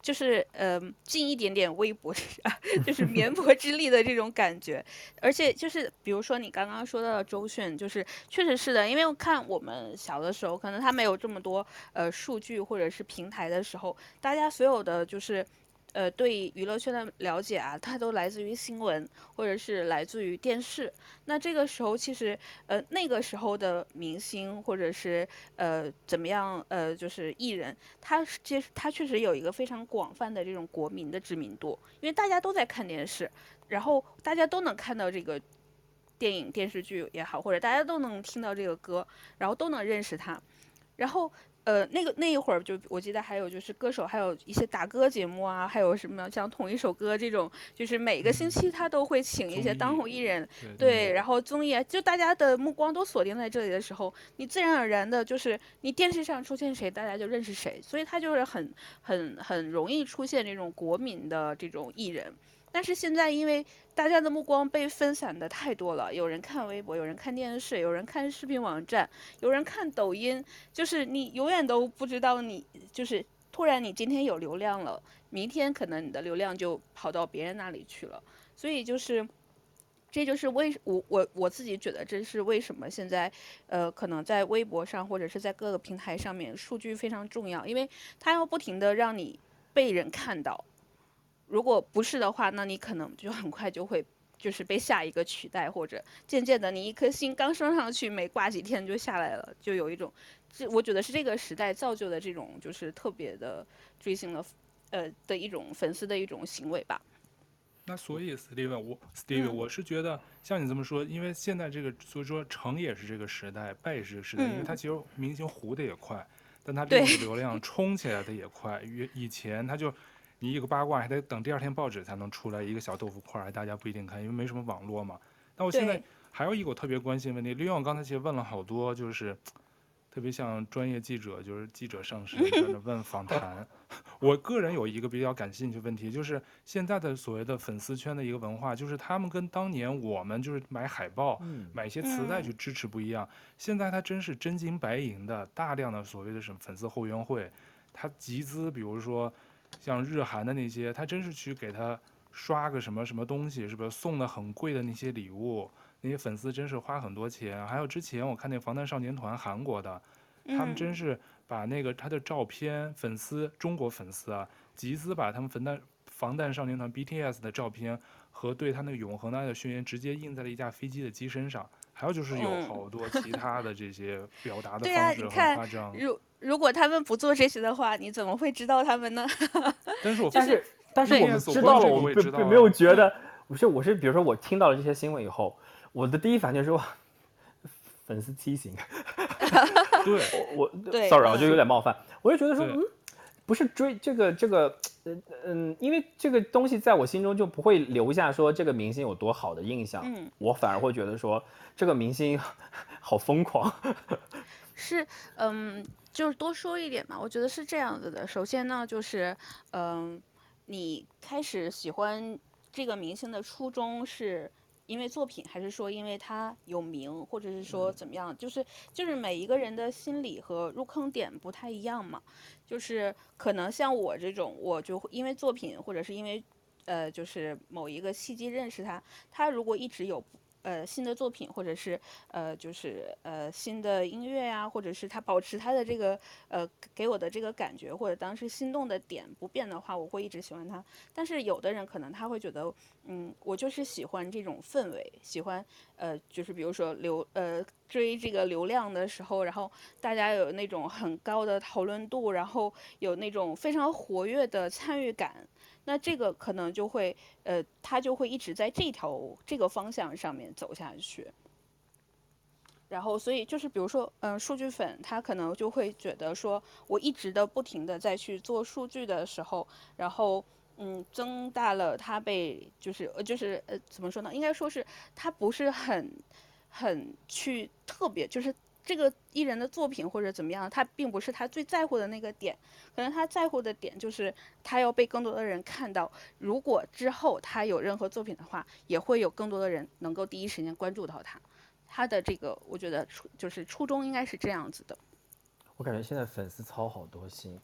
就是尽一点点微薄就是绵薄之力的这种感觉。而且就是比如说你刚刚说到的周迅，就是确实是的，因为我看我们小的时候，可能他没有这么多数据或者是平台的时候，大家所有的就是对娱乐圈的了解啊，它都来自于新闻或者是来自于电视。那这个时候其实那个时候的明星或者是怎么样就是艺人，他确实有一个非常广泛的这种国民的知名度，因为大家都在看电视，然后大家都能看到这个电影电视剧也好，或者大家都能听到这个歌，然后都能认识他。然后那一会儿就我记得还有就是歌手，还有一些打歌节目啊，还有什么像同一首歌这种，就是每个星期他都会请一些当红艺人，对，然后综艺啊，就大家的目光都锁定在这里的时候，你自然而然的就是你电视上出现谁，大家就认识谁，所以他就是很容易出现这种国民的这种艺人。但是现在因为大家的目光被分散的太多了，有人看微博，有人看电视，有人看视频网站，有人看抖音，就是你永远都不知道你就是突然你今天有流量了，明天可能你的流量就跑到别人那里去了。所以就是这就是我自己觉得这是为什么现在可能在微博上或者是在各个平台上面数据非常重要，因为它要不停的让你被人看到。如果不是的话，那你可能就很快就会就是被下一个取代，或者渐渐的你一颗心刚升上去，没挂几天就下来了，就有一种，我觉得是这个时代造就的这种就是特别的追星的一种粉丝的一种行为吧。 那所以 Steven，我是觉得像你这么说，因为现在这个，所以说成也是这个时代，败也是这个时代，因为它其实明星糊的也快，但它利用的流量冲起来的也快。以前他就你一个八卦还得等第二天报纸才能出来一个小豆腐块，大家不一定看，因为没什么网络嘛。那我现在还有一个我特别关心的问题，利用刚才其实问了好多，就是特别像专业记者，就是记者上身在那问访谈。我个人有一个比较感兴趣的问题，就是现在的所谓的粉丝圈的一个文化，就是他们跟当年我们就是买海报、买一些磁带去支持不一样。现在他真是真金白银的，大量的所谓的什么粉丝后援会，他集资，比如说像日韩的那些，他真是去给他刷个什么什么东西，是不是送的很贵的那些礼物？那些粉丝真是花很多钱。还有之前我看那防弹少年团韩国的，他们真是把那个他的照片，中国粉丝啊，集资把他们防弹少年团 BTS 的照片和对他那个永恒的爱的宣言直接印在了一架飞机的机身上。还有就是有好多其他的这些表达的对啊， 方式很你看， 夸张。 如果他们不做这些的话，你怎么会知道他们呢？ 但是我但是但是我们 BTS 知道了，我我也知道并没有啊。 觉得，我是比如说我听到了这些新闻以后，我的第一反应就是哇，粉丝畸形。 对， 对 ，sorry，我就有点冒犯，我就觉得说， 对不是追这个，因为这个东西在我心中就不会留下说这个明星有多好的印象，我反而会觉得说这个明星好疯狂。 是，就是多说一点嘛，我觉得是这样子的。首先呢，就是，你开始喜欢这个明星的初衷是因为作品，还是说因为他有名，或者是说怎么样？就是每一个人的心理和入坑点不太一样嘛。就是可能像我这种，我就会因为作品，或者是因为就是某一个契机认识他，他如果一直有新的作品，或者是就是新的音乐呀、或者是他保持他的这个给我的这个感觉，或者当时心动的点不变的话，我会一直喜欢他。但是有的人可能他会觉得，我就是喜欢这种氛围，喜欢就是比如说追这个流量的时候，然后大家有那种很高的讨论度，然后有那种非常活跃的参与感。那这个可能就会，他就会一直在这个方向上面走下去。然后，所以就是比如说，数据粉他可能就会觉得说，我一直的不停的在去做数据的时候，然后增大了他被怎么说呢？应该说是他不是很去特别就是。这个艺人的作品或者怎么样，他并不是他最在乎的那个点，可能他在乎的点就是他要被更多的人看到。如果之后他有任何作品的话，也会有更多的人能够第一时间关注到他。他的这个，我觉得就是初衷应该是这样子的。 我感觉现在粉丝操好多心，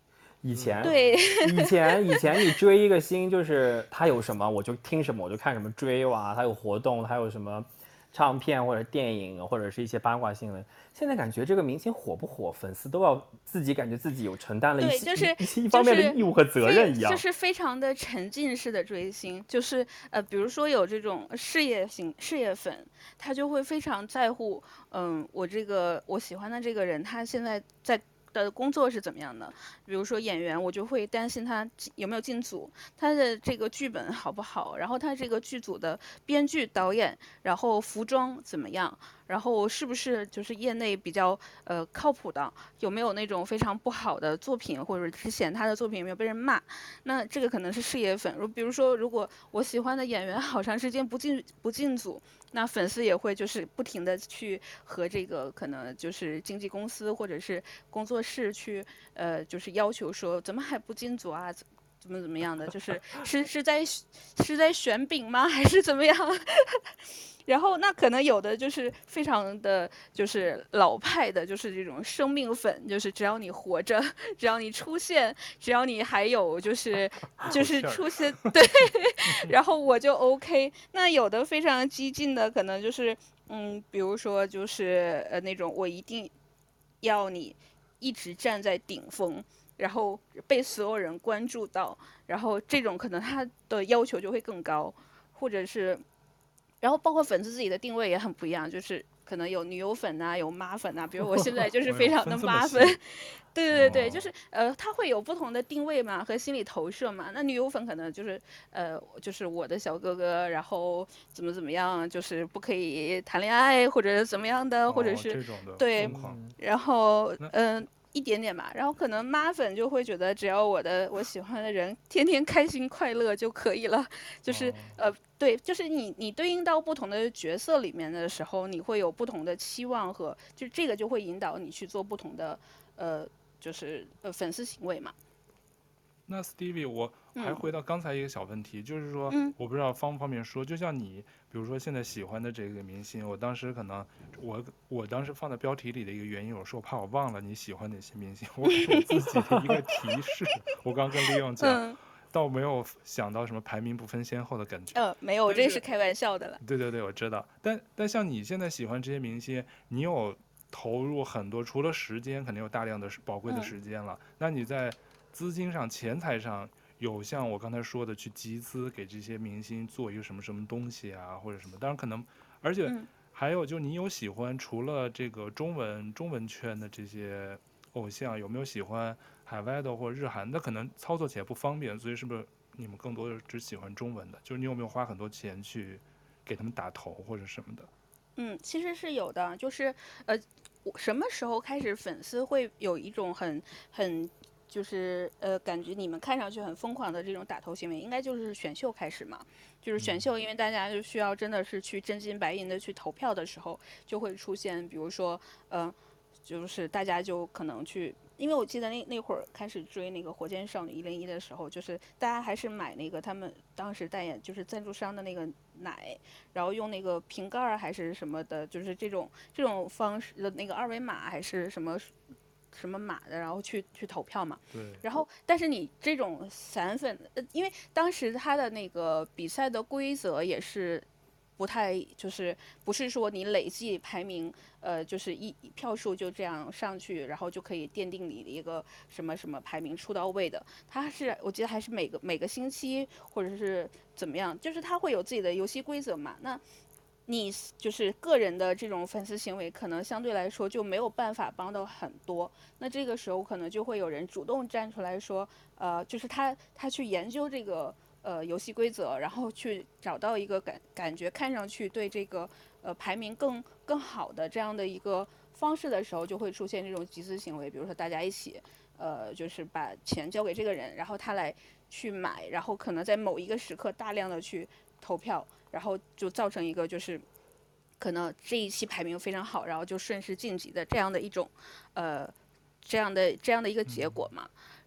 以前对， 以前你追一个星，就是他有什么我就听什么，我就看什么追哇，他有活动，他有什么唱片或者电影或者是一些八卦新闻。现在感觉这个明星火不火，粉丝都要自己感觉自己有承担了对，就是一方面的义务和责任一样。 就是非常的沉浸式的追星，就是比如说有这种事业粉，他就会非常在乎，我喜欢的这个人，他现在的工作是怎么样的？比如说演员，我就会担心他有没有进组，他的这个剧本好不好，然后他这个剧组的编剧、导演，然后服装怎么样，然后是不是就是业内比较靠谱的，有没有那种非常不好的作品，或者之前他的作品有没有被人骂？那这个可能是事业粉。比如说，如果我喜欢的演员好长时间不进组，那粉丝也会就是不停的去和这个可能就是经纪公司或者是工作室去就是要求说怎么还不进组啊？怎么样的？就是是在选饼吗？还是怎么样？然后那可能有的就是非常的就是老派的，就是这种生命粉，就是只要你活着，只要你出现，只要你还有就是出现，对，然后我就 OK。那有的非常激进的，可能就是比如说就是那种我一定要你一直站在顶峰，然后被所有人关注到，然后这种可能他的要求就会更高，或者是。然后包括粉丝自己的定位也很不一样，就是可能有女友粉呐、有妈粉呐、比如我现在就是非常的分这么细。 妈粉，对，就哦， 是他会有不同的定位嘛和心理投射嘛。那女友粉可能就是我的小哥哥，然后怎么样，就是不可以谈恋爱或者怎么样的，或者是这种的对， 疯狂。 然后那一点点吧，然后可能妈粉就会觉得只要我喜欢的人天天开心快乐就可以了，就是对，就是你对应到不同的角色里面的时候，你会有不同的期望和就这个就会引导你去做不同的就是粉丝行为嘛。 那 Stevie，我还嗯回到刚才一个小问题，就是说， 嗯我不知道方不方便说，就像你，比如说现在喜欢的这个明星，我当时可能，我当时放在标题里的一个原因，我说我怕我忘了你喜欢哪些明星，我给我自己的一个提示。我刚跟利用讲， 嗯倒没有想到什么排名不分先后的感觉。 没有，我但是， 这是开玩笑的了。 对，我知道。但像你现在喜欢这些明星，你有投入很多，除了时间，肯定有大量的宝贵的嗯时间了。那你在资金上、钱财上，有像我刚才说的去集资给这些明星做一个什么东西啊，或者什么？当然可能，而且嗯。 还有就你有喜欢除了这个中文圈的这些偶像，有没有喜欢海外的或者日韩的？可能操作起来不方便，所以是不是你们更多的只喜欢中文的？就是你有没有花很多钱去给他们打头或者什么的？ 其实是有的，就是我什么时候开始粉丝会有一种很就是感觉你们看上去很疯狂的这种打头行为，应该就是选秀开始嘛。就是选秀，因为大家就需要真的是去真金白银的去投票的时候，就会出现，比如说就是大家就可能去。因为我记得那会儿开始追那个火箭少女101的时候，就是大家还是买那个他们当时代言就是赞助商的那个奶，然后用那个瓶盖儿还是什么的，就是这种方式的那个二维码还是什么码的，然后去投票嘛。 对， 然后，但是你这种散粉，因为当时他的那个比赛的规则也是不太，就是不是说你累计排名，就是一票数就这样上去，然后就可以奠定你的一个什么什么排名出到位的。它是我记得还是每个星期或者是怎么样，就是它会有自己的游戏规则嘛。那你就是个人的这种粉丝行为，可能相对来说就没有办法帮到很多。那这个时候可能就会有人主动站出来说，就是他去研究这个游戏规则，然后去找到一个感觉看上去对这个排名更好的这样的一个方式的时候，就会出现这种集资行为，比如说大家一起就是把钱交给这个人，然后他来去买，然后可能在某一个时刻大量的去投票，然后就造成一个就是可能这一期排名非常好，然后就顺势晋级的这样的一种这样的一个结果嘛。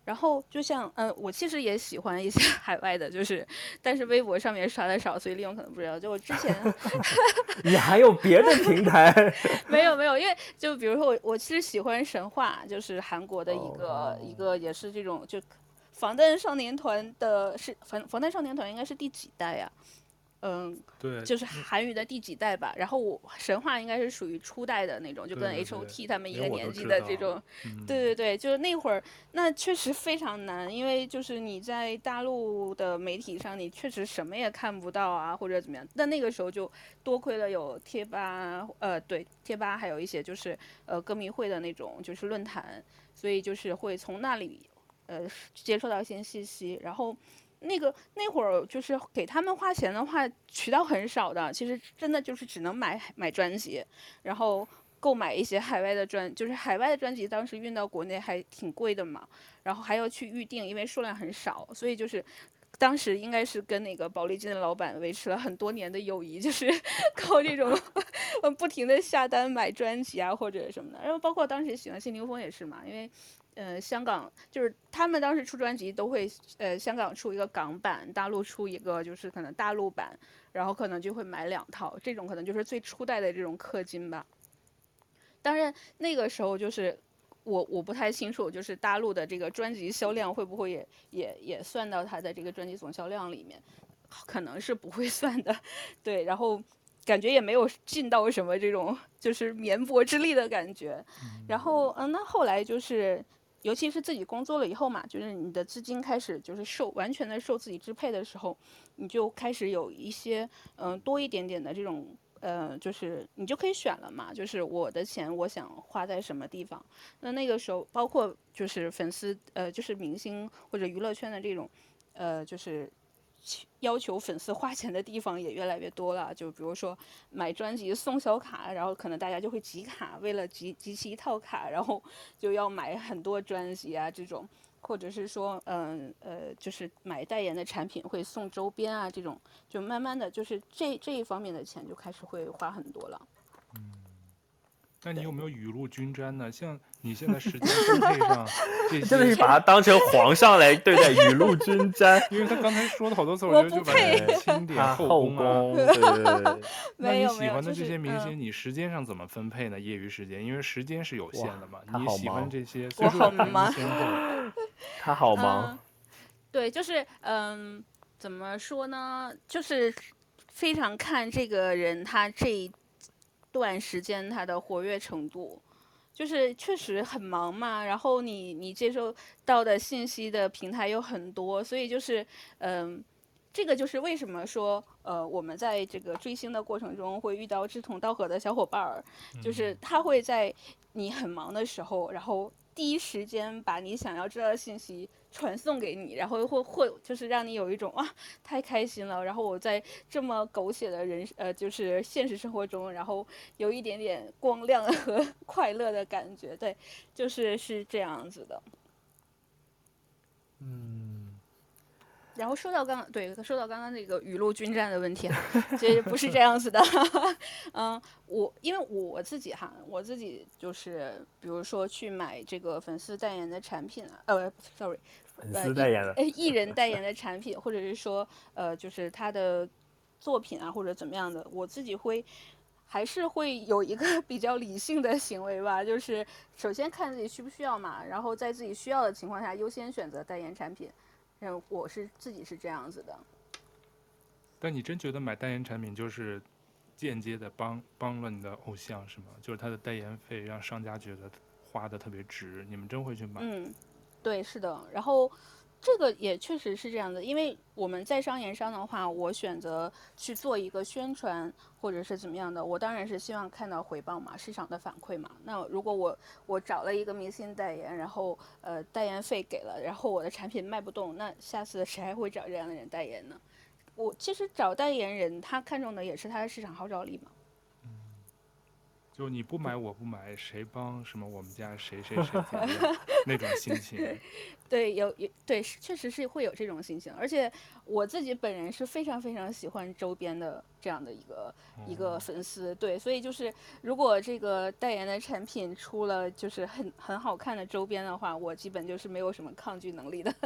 然后就像我其实也喜欢一些海外的，就是但是微博上面刷的少，所以利用可能不知道。就我之前你还有别的平台？ 没有没有，因为就比如说我其实喜欢神话，就是韩国的一个也是这种就防弹少年团的防弹少年团应该是第几代呀？ 对， 就是韩语的第几代吧。然后神话应该是属于初代的那种，就跟对对 HOT 他们一个连我都年纪知道， 的这种。对对对，就是那会儿，那确实非常难，因为就是你在大陆的媒体上，你确实什么也看不到啊，或者怎么样。但那个时候就多亏了有贴吧，对，贴吧还有一些就是歌迷会的那种就是论坛，所以就是会从那里接受到一些信息，然后。那会儿就是给他们花钱的话，渠道很少的，其实真的就是只能买专辑，然后购买一些就是海外的专辑，当时运到国内还挺贵的嘛，然后还要去预定，因为数量很少，所以就是当时应该是跟那个宝丽金的老板维持了很多年的友谊，就是靠这种不停的下单买专辑啊或者什么的，然后包括当时喜欢谢霆锋也是嘛，因为。香港就是他们当时出专辑都会，香港出一个港版，大陆出一个就是可能大陆版，然后可能就会买2套，这种可能就是最初代的这种氪金吧。当然那个时候就是我不太清楚，就是大陆的这个专辑销量会不会也算到它的这个专辑总销量里面，可能是不会算的，对，然后感觉也没有尽到什么这种就是绵薄之力的感觉，然后那后来就是。尤其是自己工作了以后嘛，就是你的资金开始就是完全的受自己支配的时候，你就开始有一些多一点点的这种就是你就可以选了嘛，就是我的钱我想花在什么地方。那个时候包括就是粉丝就是明星或者娱乐圈的这种就是要求粉丝花钱的地方也越来越多了，就比如说买专辑送小卡，然后可能大家就会集卡，为了集齐一套卡，然后就要买很多专辑啊这种，或者是说就是买代言的产品会送周边啊这种，就慢慢的就是这一方面的钱就开始会花很多了。 那你有没有雨露均沾呢？像你现在时间分配上这真的是些， 把他当成皇上来对待，雨露均沾。 因为他刚才说的好多次，我我觉得就把不配这清点他后宫啊。 宫，对对对， 那你没有没有， 喜欢的这就是些明星，你时间上怎么分配呢？业余时间，因为时间是有限的嘛。 他你喜欢好忙， 这些，虽我说排名好忙。 先后， 他好忙。 对，就是怎么说呢？就是非常看这个人他这一段时间他的活跃程度，就是确实很忙嘛，然后你接收到的信息的平台有很多，所以就是这个就是为什么说我们在这个追星的过程中会遇到志同道合的小伙伴儿，就是他会在你很忙的时候，然后第一时间把你想要知道的信息传送给你，然后会就是让你有一种哇太开心了，然后我在这么狗血的就是现实生活中，然后有一点点光亮和快乐的感觉，对，是这样子的。然后说到刚刚那个雨露均沾的问题哈，其实不是这样子的。因为我自己我自己就是比如说去买这个粉丝代言的产品啊，sorry， 粉丝代言的， 艺人代言的产品，或者是说就是他的作品啊或者怎么样的，我自己还是会有一个比较理性的行为吧，就是首先看自己需不需要嘛，然后在自己需要的情况下优先选择代言产品。我自己是这样子的。 但你真觉得买代言产品就是间接的帮了你的偶像是吗？就是他的代言费让商家觉得花的特别值，你们真会去买？ 对，是的。然后这个也确实是这样的，因为我们在商言商的话，我选择去做一个宣传或者是怎么样的，我当然是希望看到回报嘛，市场的反馈嘛。那如果我找了一个明星代言，然后代言费给了，然后我的产品卖不动，那下次谁还会找这样的人代言呢？我其实找代言人，他看中的也是他的市场号召力嘛。 就你不买我不买，谁帮什么我们家谁谁谁怎么样那种心情。 对，对，确实是会有这种心情，而且我自己本人是非常非常喜欢周边的这样的一个粉丝，对，所以就是如果这个代言的产品出了就是很好看的周边的话，我基本就是没有什么抗拒能力的。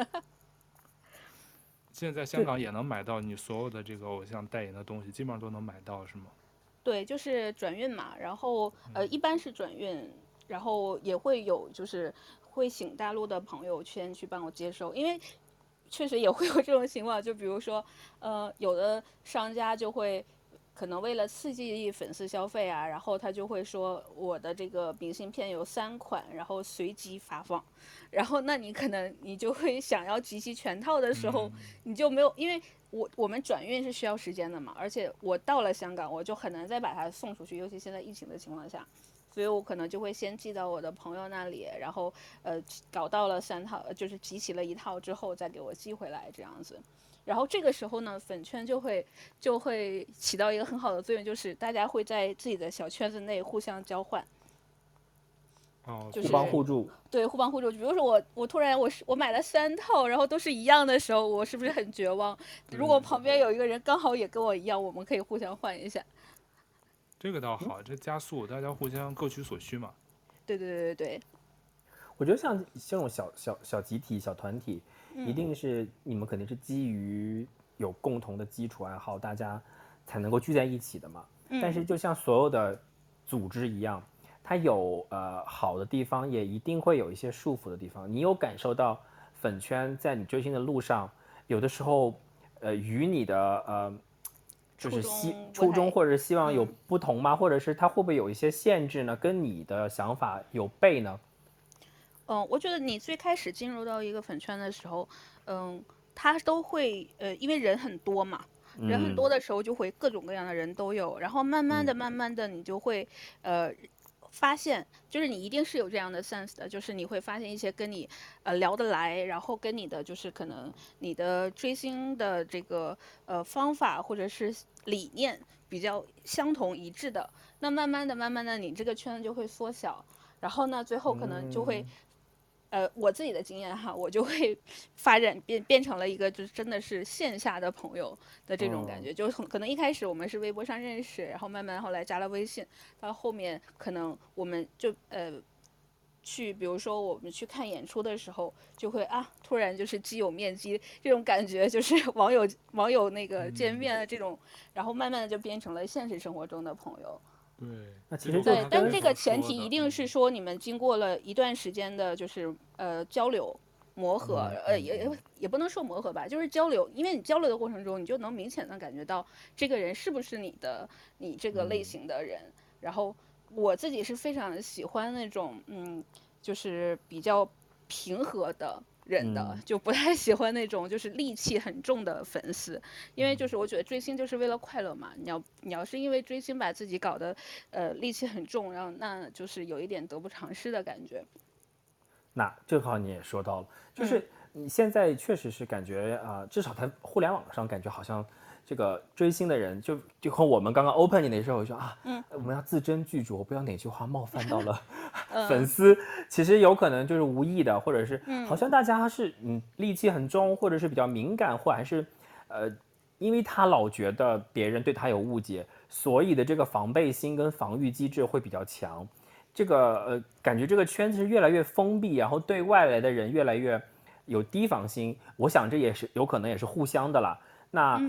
现在在香港也能买到你所有的这个偶像代言的东西，基本上都能买到，是吗？ 对，就是转运嘛，然后一般是转运，然后也会有就是会请大陆的朋友圈去帮我接收，因为确实也会有这种情况，就比如说有的商家就会。可能为了刺激粉丝消费啊，然后他就会说我的这个明信片有3款，然后随机发放，然后那你可能你就会想要集齐全套的时候，你就没有，因为我们转运是需要时间的嘛，而且我到了香港，我就很难再把它送出去，尤其现在疫情的情况下，所以我可能就会先寄到我的朋友那里，然后搞到了3套，就是集齐了1套之后再给我寄回来这样子。然后这个时候呢，粉圈就会起到一个很好的作用，就是大家会在自己的小圈子内互相交换。就互帮是互助。 对，互帮互助。比如说我突然我买了3套，然后都是一样的时候，我是不是很绝望？如果旁边有一个人刚好也跟我一样，我们可以互相换一下。 这个倒好，这加速，大家互相各取所需嘛。 对对对对对。 我觉得像这种小集体、小团体，一定是你们肯定是基于有共同的基础爱好，大家才能够聚在一起的嘛。但是就像所有的组织一样，它有好的地方，也一定会有一些束缚的地方。你有感受到粉圈在你追星的路上，有的时候与你的就是初衷或者是希望有不同吗？或者是它会不会有一些限制呢？跟你的想法有悖呢？ 我觉得你最开始进入到一个粉圈的时候，他都会因为人很多嘛，人很多的时候就会各种各样的人都有，然后慢慢的、慢慢的，你就会发现，就是你一定是有这样的 sense 的，就是你会发现一些跟你聊得来，然后跟你的就是可能你的追星的这个方法或者是理念比较相同一致的，那慢慢的、慢慢的，你这个圈子就会缩小，然后呢，最后可能就会。我自己的经验哈，我就会发展变成了一个就是真的是线下的朋友的这种感觉，就可能一开始我们是微博上认识，然后慢慢后来加了微信，到后面可能我们就去，比如说我们去看演出的时候，就会突然就是基友面基这种感觉，就是网友那个见面的这种，然后慢慢的就变成了现实生活中的朋友。 对， 那其实对，但这个个前提一定是说你们经过了一段时间的，就是交流磨合，也不能说磨合吧，就是交流，因为你交流的过程中，你就能明显的感觉到这个人是不是你这个类型的人。然后我自己是非常喜欢那种就是比较平和的。人的就不太喜欢那种就是戾气很重的粉丝，因为就是我觉得追星就是为了快乐嘛，你要是因为追星把自己搞得戾气很重，然后那就是有一点得不偿失的感觉。 那正好你也说到了，就是你现在确实是感觉至少在互联网上感觉好像这个追星的人就和我们刚刚 opening 的时候说我们要字斟句酌，不要哪句话冒犯到了粉丝。其实有可能就是无意的，或者是好像大家是戾气很重，或者是比较敏感，或还是因为他老觉得别人对他有误解，所以的这个防备心跟防御机制会比较强。这个感觉这个圈子是越来越封闭，然后对外来的人越来越有提防心。我想这也是有可能也是互相的啦。那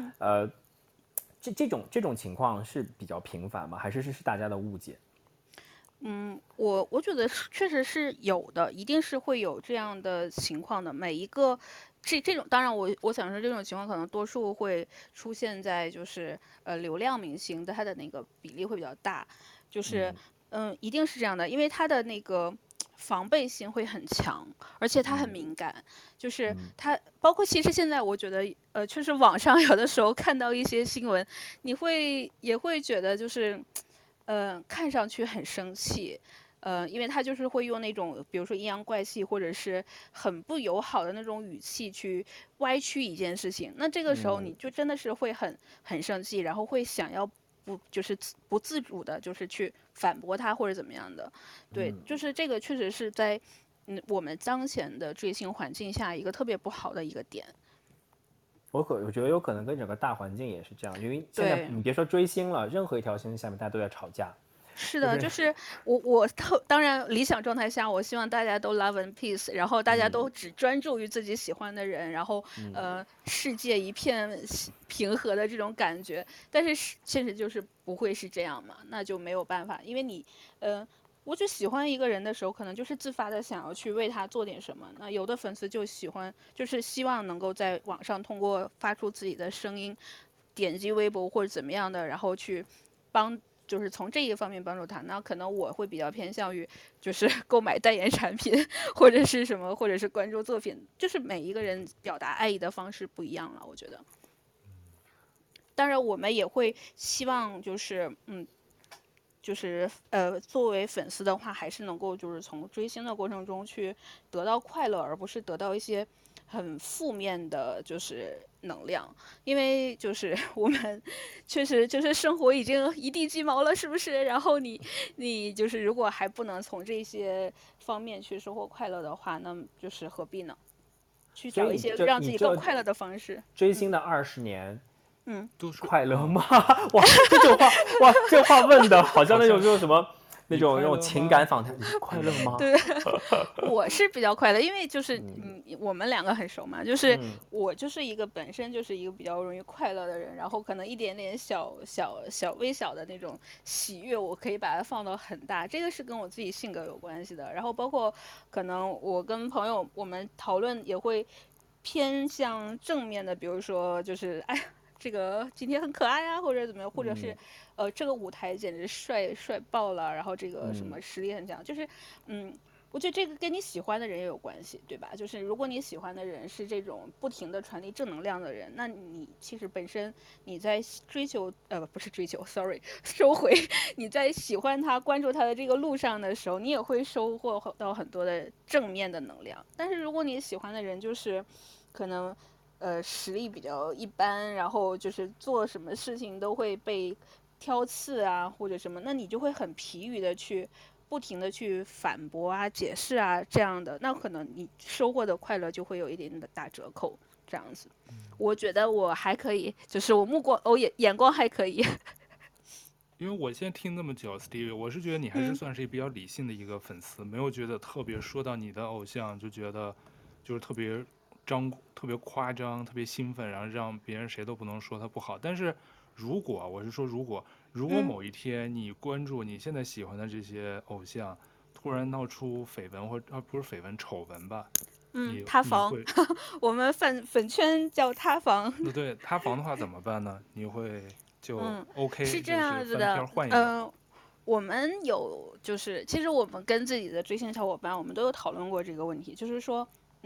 这种情况是比较频繁吗？还是大家的误解？ 我觉得确实是有的，一定是会有这样的情况的。每一个这种，当然我想说这种情况可能多数会出现在就是流量明星的他的那个比例会比较大，就是一定是这样的，因为他的那个防备心会很强，而且他很敏感，就是他包括其实现在我觉得确实网上有的时候看到一些新闻，也会觉得就是看上去很生气。因为他就是会用那种，比如说阴阳怪气，或者是很不友好的那种语气去歪曲一件事情。那这个时候你就真的是会很生气，然后会想要就是不自主的，就是去反驳他或者怎么样的。对，就是这个确实是在我们当前的追星环境下一个特别不好的一个点。 我觉得有可能跟整个大环境也是这样，因为现在你别说追星了，任何一条星下面大家都在吵架。 是的，就是我当然理想状态下，我希望大家都 love and peace，然后大家都只专注于自己喜欢的人，然后世界一片平和的这种感觉。但是现实就是不会是这样嘛，那就没有办法，因为你我就喜欢一个人的时候，可能就是自发的想要去为他做点什么。那有的粉丝就喜欢，就是希望能够在网上通过发出自己的声音，点击微博或者怎么样的，然后去就是从这一方面帮助他。那可能我会比较偏向于就是购买代言产品，或者是什么，或者是关注作品，就是每一个人表达爱意的方式不一样了，我觉得。当然，我们也会希望就是就是作为粉丝的话，还是能够就是从追星的过程中去得到快乐，而不是得到一些很负面的，就是能量。因为就是我们确实就是生活已经一地鸡毛了，是不是？然后你就是如果还不能从这些方面去收获快乐的话，那就是何必呢？去找一些让自己更快乐的方式。 追星的20年。 都是快乐吗？哇，这话问的好像那种什么那种情感访谈，快乐吗？ 对，我是比较快乐，因为就是我们两个很熟嘛，就是我就是一个本身就是一个比较容易快乐的人，然后可能一点点小微小的那种喜悦，我可以把它放到很大，这个是跟我自己性格有关系的。然后包括可能我跟朋友我们讨论也会偏向正面的，比如说就是这个今天很可爱啊，或者怎么样，或者是，这个舞台简直帅爆了，然后这个什么实力很强，就是，我觉得这个跟你喜欢的人也有关系，对吧？就是如果你喜欢的人是这种不停的传递正能量的人，那你其实本身你在追求，不是追求，sorry，收回，你在喜欢他、关注他的这个路上的时候，你也会收获到很多的正面的能量。但是如果你喜欢的人就是可能实力比较一般，然后就是做什么事情都会被挑刺啊或者什么，那你就会很疲于的去不停的去反驳啊、解释啊这样的，那可能你收获的快乐就会有一点点的打折扣，这样子。我觉得我还可以，就是我眼光还可以。 因为我现在听那么久 Stevie， 我是觉得你还是算是比较理性的一个粉丝，没有觉得特别说到你的偶像就觉得就是特别夸张、特别兴奋，然后让别人谁都不能说他不好。但是我是说如果某一天你关注你现在喜欢的这些偶像，突然闹出绯闻或不是绯闻丑闻吧， 塌房，我们粉圈叫塌房。 对，塌房的话怎么办呢？你会就 OK， 是这样子的，换一个。 我们有就是其实我们跟自己的追星小伙伴，我们都有讨论过这个问题，就是说，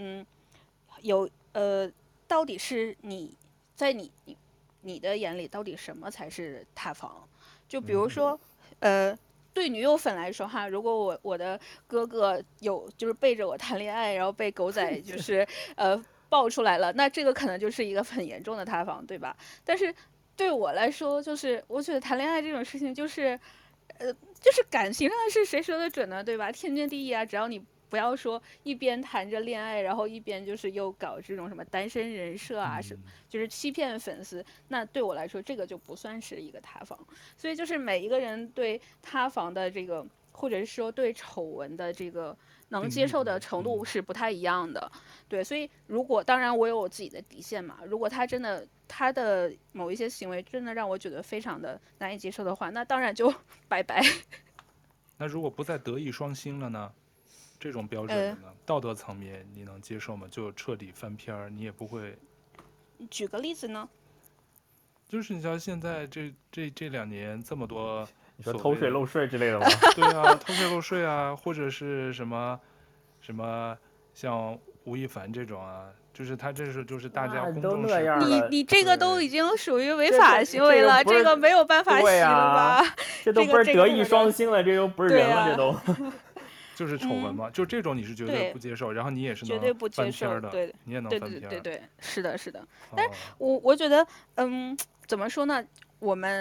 到底是在你的眼里，到底什么才是塌房？就比如说，对女友粉来说哈，如果我的哥哥就是背着我谈恋爱，然后被狗仔就是爆出来了，那这个可能就是一个很严重的塌房，对吧？但是对我来说，就是我觉得谈恋爱这种事情，就是就是感情上的事，谁说的准呢？对吧？天经地义啊，只要你不要说一边谈着恋爱，然后一边就是又搞这种什么单身人设啊，什么就是欺骗粉丝，那对我来说这个就不算是一个塌房。所以就是每一个人对塌房的这个，或者是说对丑闻的这个能接受的程度是不太一样的。对，所以当然我有我自己的底线嘛，如果他的某一些行为真的让我觉得非常的难以接受的话，那当然就拜拜。 那如果不再德艺双馨了呢？这种标准的呢？道德层面你能接受吗？就彻底翻篇儿，你也不会。 举个例子呢？ 就是你像现在这2年这么多， 你说偷税漏税之类的吗？ 对啊，偷税漏税啊，或者是什么像吴亦凡这种啊，就是他这是就是大家公众都那样了， 你这个都已经属于违法行为了，这个没有办法洗了吧？ 这都不是德艺双馨了，这又不是人了，这都。 就是丑闻嘛，就这种你是绝对不接受，然后你也是绝对不接受的， 对， 你也能翻篇。 对，是的。但是我觉得，怎么说呢？我们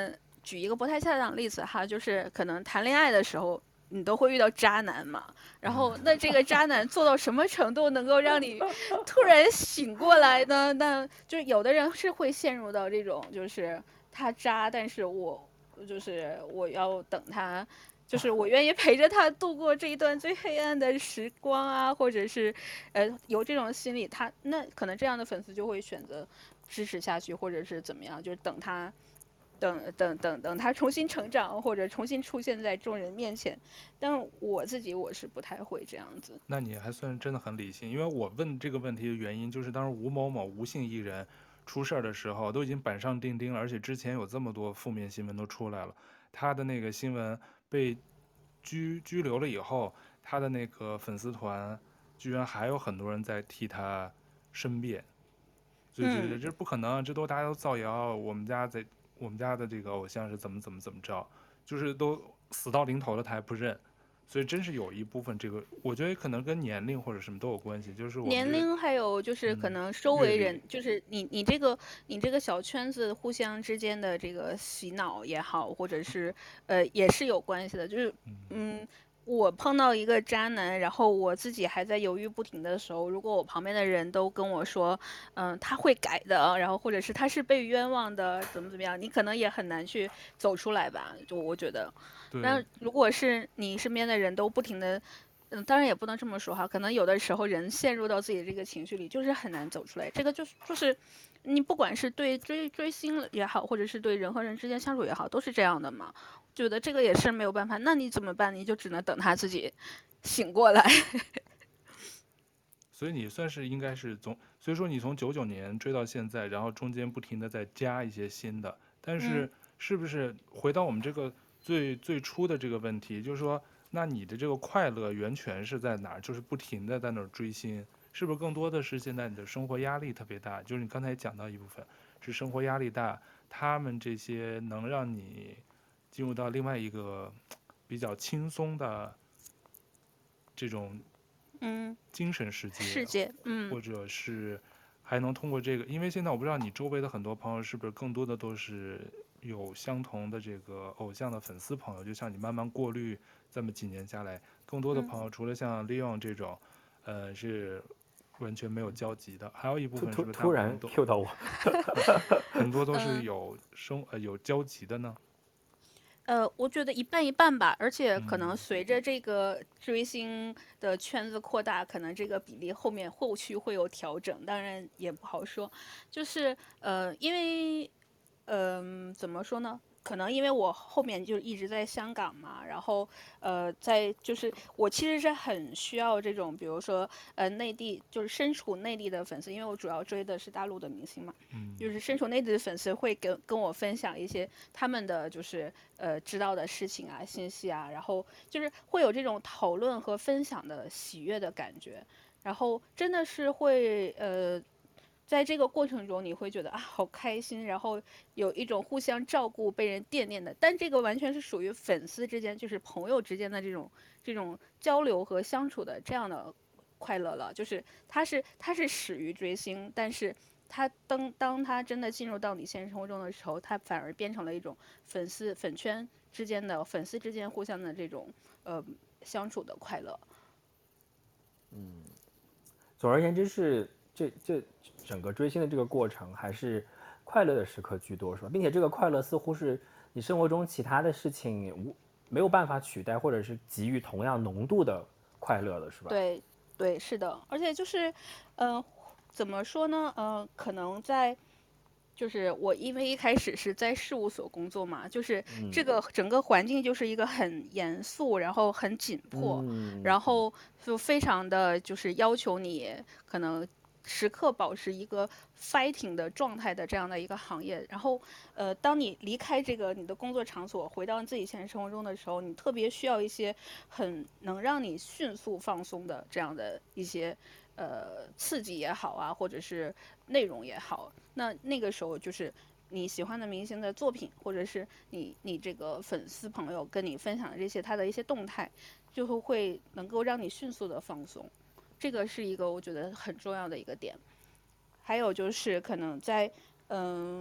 举一个不太恰当的例子哈，就是可能谈恋爱的时候。你都会遇到渣男嘛，然后那这个渣男做到什么程度能够让你突然醒过来呢？那就是有的人是会陷入到这种，就是他渣，但是我要等他，就是我愿意陪着他度过这一段最黑暗的时光啊，或者是有这种心理，那可能这样的粉丝就会选择支持下去，或者是怎么样，就是等他。等他重新成长，或者重新出现在众人面前，但我自己是不太会这样子。 那你还算真的很理性，因为我问这个问题的原因就是当时吴某某吴姓艺人出事儿的时候都已经板上钉钉了，而且之前有这么多负面新闻都出来了，他的那个新闻被拘留了以后，他的那个粉丝团居然还有很多人在替他申辩，所以觉得这不可能，这都大家都造谣，我们家的这个偶像是怎么着，就是都死到临头了他还不认。所以真是有一部分这个，我觉得可能跟年龄或者什么都有关系，就是我们年龄还有就是可能周围人，就是你这个小圈子互相之间的这个洗脑也好，或者是也是有关系的。就是我碰到一个渣男，然后我自己还在犹豫不停的时候，如果我旁边的人都跟我说，他会改的，然后或者是他是被冤枉的，怎么样，你可能也很难去走出来吧。就我觉得，那如果是你身边的人都不停的。当然也不能这么说哈，可能有的时候人陷入到自己的这个情绪里，就是很难走出来。这个就是你不管是对追星也好，或者是对人和人之间相处也好，都是这样的嘛。觉得这个也是没有办法，那你怎么办？你就只能等他自己醒过来。 所以你算是应该是所以说你从99年追到现在，然后中间不停的在加一些新的，但是是不是回到我们这个最初的这个问题，就是说，那你的这个快乐源泉是在哪儿？就是不停的在那儿追星，是不是更多的是现在你的生活压力特别大？就是你刚才也讲到一部分是生活压力大，他们这些能让你进入到另外一个比较轻松的这种精神世界，或者是还能通过这个，因为现在我不知道你周围的很多朋友是不是更多的都是有相同的这个偶像的粉丝朋友，就像你慢慢过滤这么几年下来，更多的朋友除了像 Leon 这种，是完全没有交集的，还有一部分是不是突然 Q 到我， 很多都是有交集的呢？ 我觉得一半一半吧，而且可能随着这个追星的圈子扩大，可能这个比例后续会有调整，当然也不好说。就是因为怎么说呢？可能因为我后面就一直在香港嘛，然后就是我其实是很需要这种，比如说内地就是身处内地的粉丝，因为我主要追的是大陆的明星嘛，就是身处内地的粉丝会跟我分享一些他们的就是知道的事情啊、信息啊，然后就是会有这种讨论和分享的喜悦的感觉，然后真的是会在这个过程中，你会觉得啊，好开心，然后有一种互相照顾、被人惦念的。但这个完全是属于粉丝之间，就是朋友之间的这种交流和相处的这样的快乐了。就是它是始于追星，但是它当它真的进入到你现实生活中的时候，它反而变成了一种粉圈之间的粉丝之间互相的这种相处的快乐。 总而言之是这整个追星的这个过程还是快乐的时刻居多，是吧？并且这个快乐似乎是你生活中其他的事情没有办法取代，或者是给予同样浓度的快乐的，是吧？ 对，是的，而且就是，怎么说呢？可能就是我因为一开始是在事务所工作嘛，就是这个整个环境就是一个很严肃，然后很紧迫，然后就非常的就是要求你可能时刻保持一个 fighting 的状态的这样的一个行业。然后当你离开这个你的工作场所，回到自己现实生活中的时候，你特别需要一些很能让你迅速放松的这样的一些刺激也好啊，或者是内容也好。那个时候就是你喜欢的明星的作品，或者是你这个粉丝朋友跟你分享的这些他的一些动态，就会能够让你迅速的放松。这个是一个我觉得很重要的一个点。还有就是可能在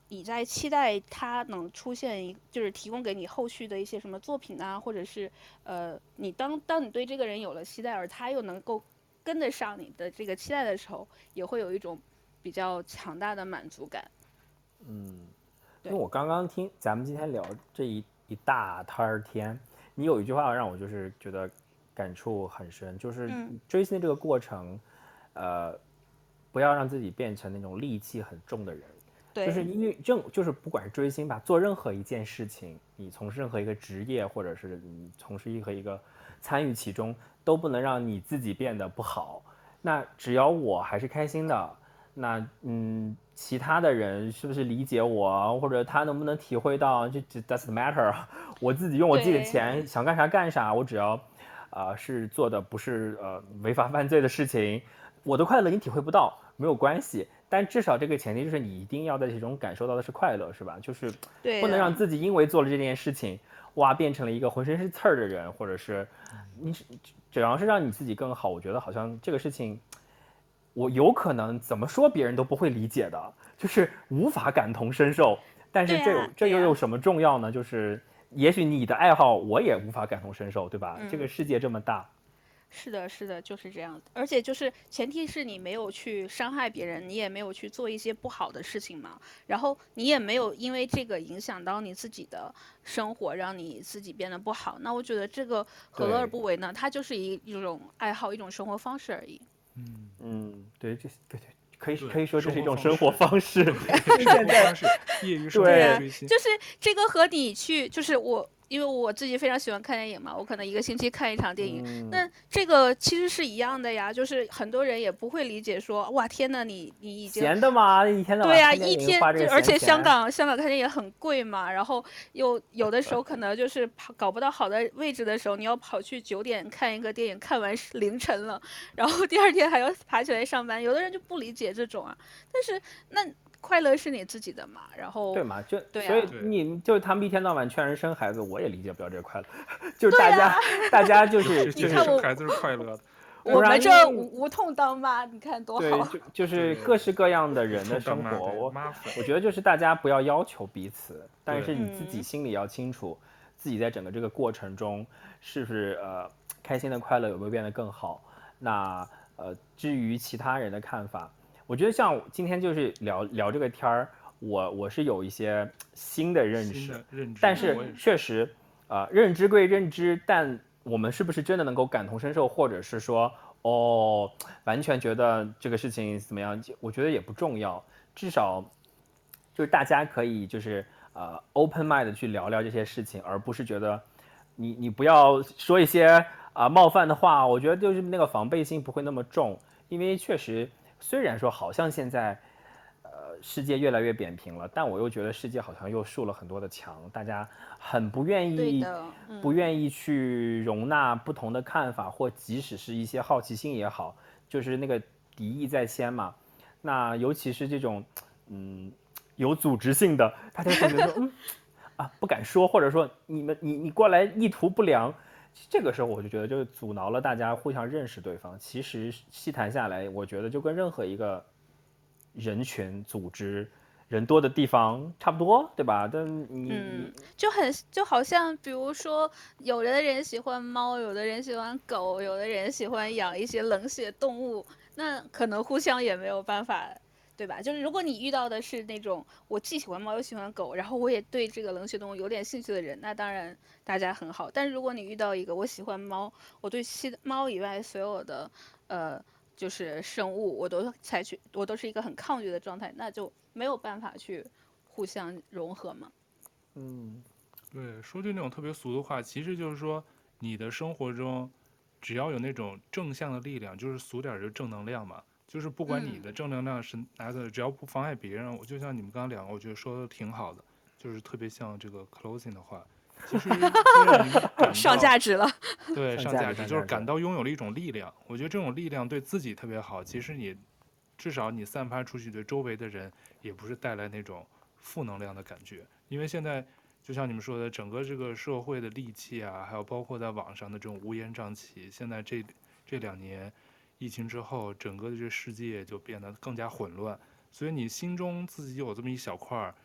你在期待它能出现就是提供给你后续的一些什么作品啊，或者是你当你对这个人有了期待，而他又能够跟得上你的这个期待的时候，也会有一种比较强大的满足感。 因为我刚刚听咱们今天聊这一大摊天，你有一句话让我就是觉得感触很深，就是追星的这个过程，不要让自己变成那种戾气很重的人。 对， 就是因为就是不管是追星吧，做任何一件事情，你从事任何一个职业，或者是你从事任何一个参与其中，都不能让你自己变得不好。那只要我还是开心的，那其他的人是不是理解我，或者他能不能体会到，就 doesn't matter。我自己用我自己的钱想干啥干啥，我只要是做的不是违法犯罪的事情，我的快乐你体会不到没有关系。但至少这个前提就是你一定要在其中感受到的是快乐，是吧？就是不能让自己因为做了这件事情，哇，变成了一个浑身是刺儿的人，或者是只要是让你自己更好，我觉得好像这个事情，我有可能怎么说别人都不会理解的，就是无法感同身受。但是这又有什么重要呢？就是也许你的爱好我也无法感同身受，对吧？这个世界这么大。 是的，是的，就是这样。而且就是前提是你没有去伤害别人，你也没有去做一些不好的事情嘛。然后你也没有因为这个影响到你自己的生活，让你自己变得不好。那我觉得这个何乐而不为呢？它就是一种爱好，一种生活方式而已。 对，对，可以说这是一种生活方式。 现在业余生活追星， 就是这个和你去，就是因为我自己非常喜欢看电影嘛，我可能一个星期看一场电影。那这个其实是一样的呀，就是很多人也不会理解说，哇，天呐，你已经闲的嘛，一天到晚对呀， 一天，而且香港看电影很贵嘛，然后又有的时候可能就是搞不到好的位置的时候，你要跑去9点看一个电影，看完是凌晨了，然后第2天还要爬起来上班，有的人就不理解这种啊。但是那快乐是你自己的嘛，然后对嘛， 对所以你就他们一天到晚劝人生孩子，我也理解不了这个快乐，就是大家就是生孩子是快乐的。 我们这无痛当妈，你看多好。 对，就是各式各样的人的生活，我觉得就是大家不要要求彼此，但是你自己心里要清楚，自己在整个这个过程中是不是开心的快乐有没有变得更好。那至于其他人的看法，我觉得像今天就是聊这个天儿，我是有一些新的认识，但是确实认知归认知，但我们是不是真的能够感同身受，或者是说完全觉得这个事情怎么样，我觉得也不重要，至少就是大家可以就是open mind 的去聊聊这些事情，而不是觉得你不要说一些冒犯的话，我觉得就是那个防备心不会那么重，因为确实虽然说好像现在世界越来越扁平了，但我又觉得世界好像又竖了很多的墙，大家很不愿意去容纳不同的看法，或即使是一些好奇心也好，就是那个敌意在先嘛。那尤其是这种有组织性的，大家可能说不敢说，或者说你过来意图不良，这个时候我就觉得就阻挠了大家互相认识对方。其实细谈下来，我觉得就跟任何一个人群组织人多的地方差不多，对吧？但就好像比如说，有的人喜欢猫，有的人喜欢狗，有的人喜欢养一些冷血动物，那可能互相也没有办法。对吧？就是如果你遇到的是那种我既喜欢猫又喜欢狗，然后我也对这个冷血动物有点兴趣的人，那当然大家很好。但是如果你遇到一个我喜欢猫，我对猫以外所有的就是生物我都是一个很抗拒的状态，那就没有办法去互相融合嘛。 对，说句那种特别俗的话，其实就是说你的生活中只要有那种正向的力量，就是俗点就正能量嘛。就是不管你的正能量是哪个，只要不妨碍别人，我就像你们刚刚两个，我觉得说的挺好的，就是特别像这个 closing 的话，其实上价值了。 对，上价值就是感到拥有了一种力量。我觉得这种力量对自己特别好，其实你至少你散发出去对周围的人也不是带来那种负能量的感觉。因为现在就像你们说的，整个这个社会的戾气啊，还有包括在网上的这种乌烟瘴气，现在这2年疫情之后，整个的这世界就变得更加混乱，所以你心中自己有这么一小块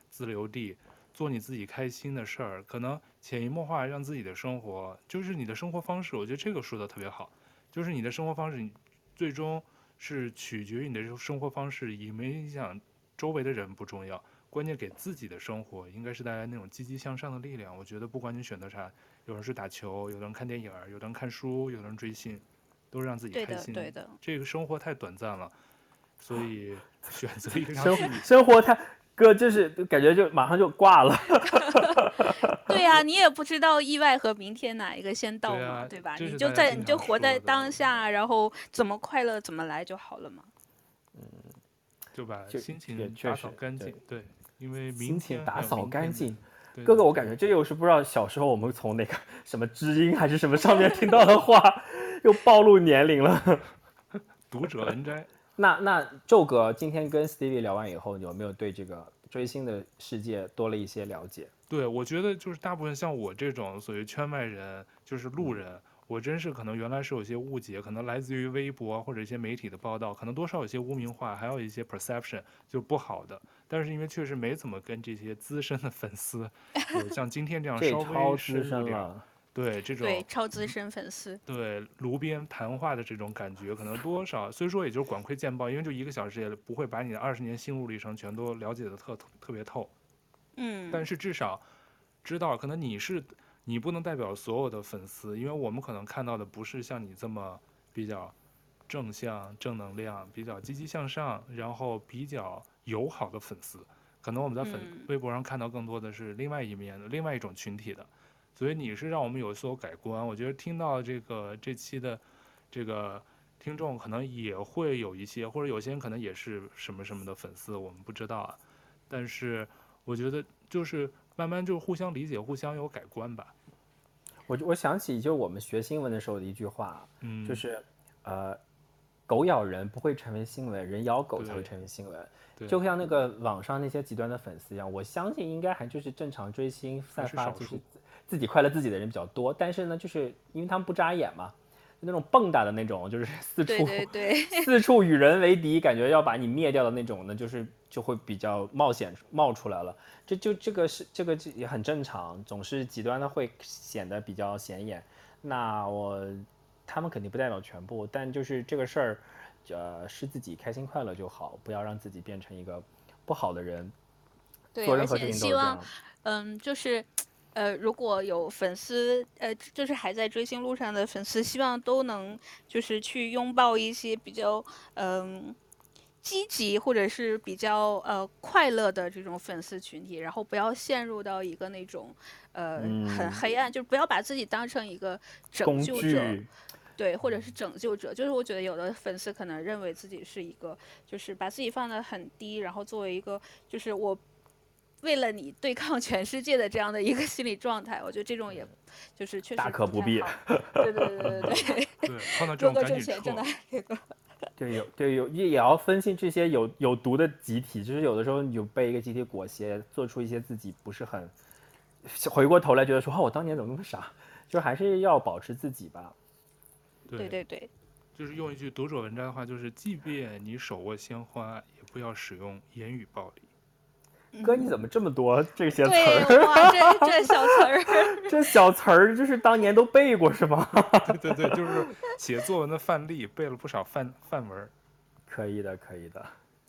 自留地，做你自己开心的事儿，可能潜移默化让自己的生活，就是你的生活方式，我觉得这个说的特别好，就是你的生活方式，你最终是取决于你的生活方式，影响周围的人不重要，关键给自己的生活应该是带来那种积极向上的力量。我觉得不管你选择啥，有人是打球，有的人看电影，有的人看书，有的人追星，都是让自己对的， 开心。 对的。 这个生活太短暂了，所以选择一个让生自己生活太哥就是感觉就马上就挂了。 对呀、你也不知道意外和明天哪一个先到嘛， 对啊， 对吧？ 这是你就在你就大家经常活在说的， 当下，然后怎么快乐怎么来就好了嘛。 就把就心也情打确实对扫干净。对，因为明心情天还有打扫明天的。 干净。 对哥哥，我对感觉这又是不知道小时候我们从那个什么知音还是什么上面听到的话，又暴露年龄了。 读者文摘。 那宙哥今天跟 Stevie 聊完以后，有没有对这个追星的世界多了一些了解？ 对，我觉得就是大部分像我这种所谓圈外人，就是路人，我真是可能原来是有些误解，可能来自于微博或者一些媒体的报道，可能多少有些污名化，还有一些 perception 就不好的。但是因为确实没怎么跟这些资深的粉丝有像今天这样这也稍超资微深入点， 深了。 对这对， 种超资深粉丝。 对炉边谈话的这种感觉，可能多少虽说也就是管窥见报，因为就1个小时也不会把你的20年心路历程全都了解的特别透，但嗯， 是至少知道，可能你不能代表所有的粉丝，因为我们可能看到的不是像你这么比较正向、正能量、比较积极向上，然后比较友好的粉丝。可能我们在微博上看到更多的是另外一面的、另外一种群体的，所以你是让我们有所改观。我觉得听到这期的这个听众，可能也会有一些，或者有些人可能也是什么什么的粉丝，我们不知道啊。但是我觉得就是慢慢就互相理解，互相有改观吧。 我想起就我们学新闻的时候的一句话，就嗯， 是狗咬人不会成为新闻，人咬狗才会对成为新闻。 对， 就像那个网上那些极端的粉丝一样，我相信应该还就是正常追星还散是少数。 发就是自己快乐自己的人比较多，但是呢，就是因为他们不扎眼嘛，就那种蹦跶的那种，就是对对对。 四处与人为敌，感觉要把你灭掉的那种呢，就会比较冒险冒出来了。这个也很正常，总是极端的会显得比较显眼。那他们肯定不代表全部，但就是这个事儿，是自己开心快乐就好，不要让自己变成一个不好的人。 对， 做任何事而且希望， 情都是这样。 就是，如果有粉丝，就是还在追星路上的粉丝，希望都能就是去拥抱一些比较，积极或者是比较快乐的这种粉丝群体，然后不要陷入到一个那种很黑暗，就不要把自己当成一个拯工救者。 具。 对，或者是拯救者，就是我觉得有的粉丝可能认为自己是一个，就是把自己放得很低，然后作为一个，就是我为了你对抗全世界的这样的一个心理状态，我觉得这种也就是确实大可不必。 太好。对对对对对。 对，碰到这哥哥种赶紧挣钱挣的撤。 这个。 对也要分析这些有毒的集体，就是有的时候你就被一个集体裹挟，做出一些自己不是很，回过头来觉得说，我当年怎么那么傻，就还是要保持自己吧。 对对对。 就是用一句读者文摘的话，就是即便你手握鲜花，也不要使用言语暴力。 哥，你怎么这么多这些词对， 儿？ 哇，这小词儿。 这小词儿就是当年都背过是吗？ 对对对，就是写作文的范例，背了不少范文。 可以的，可以的。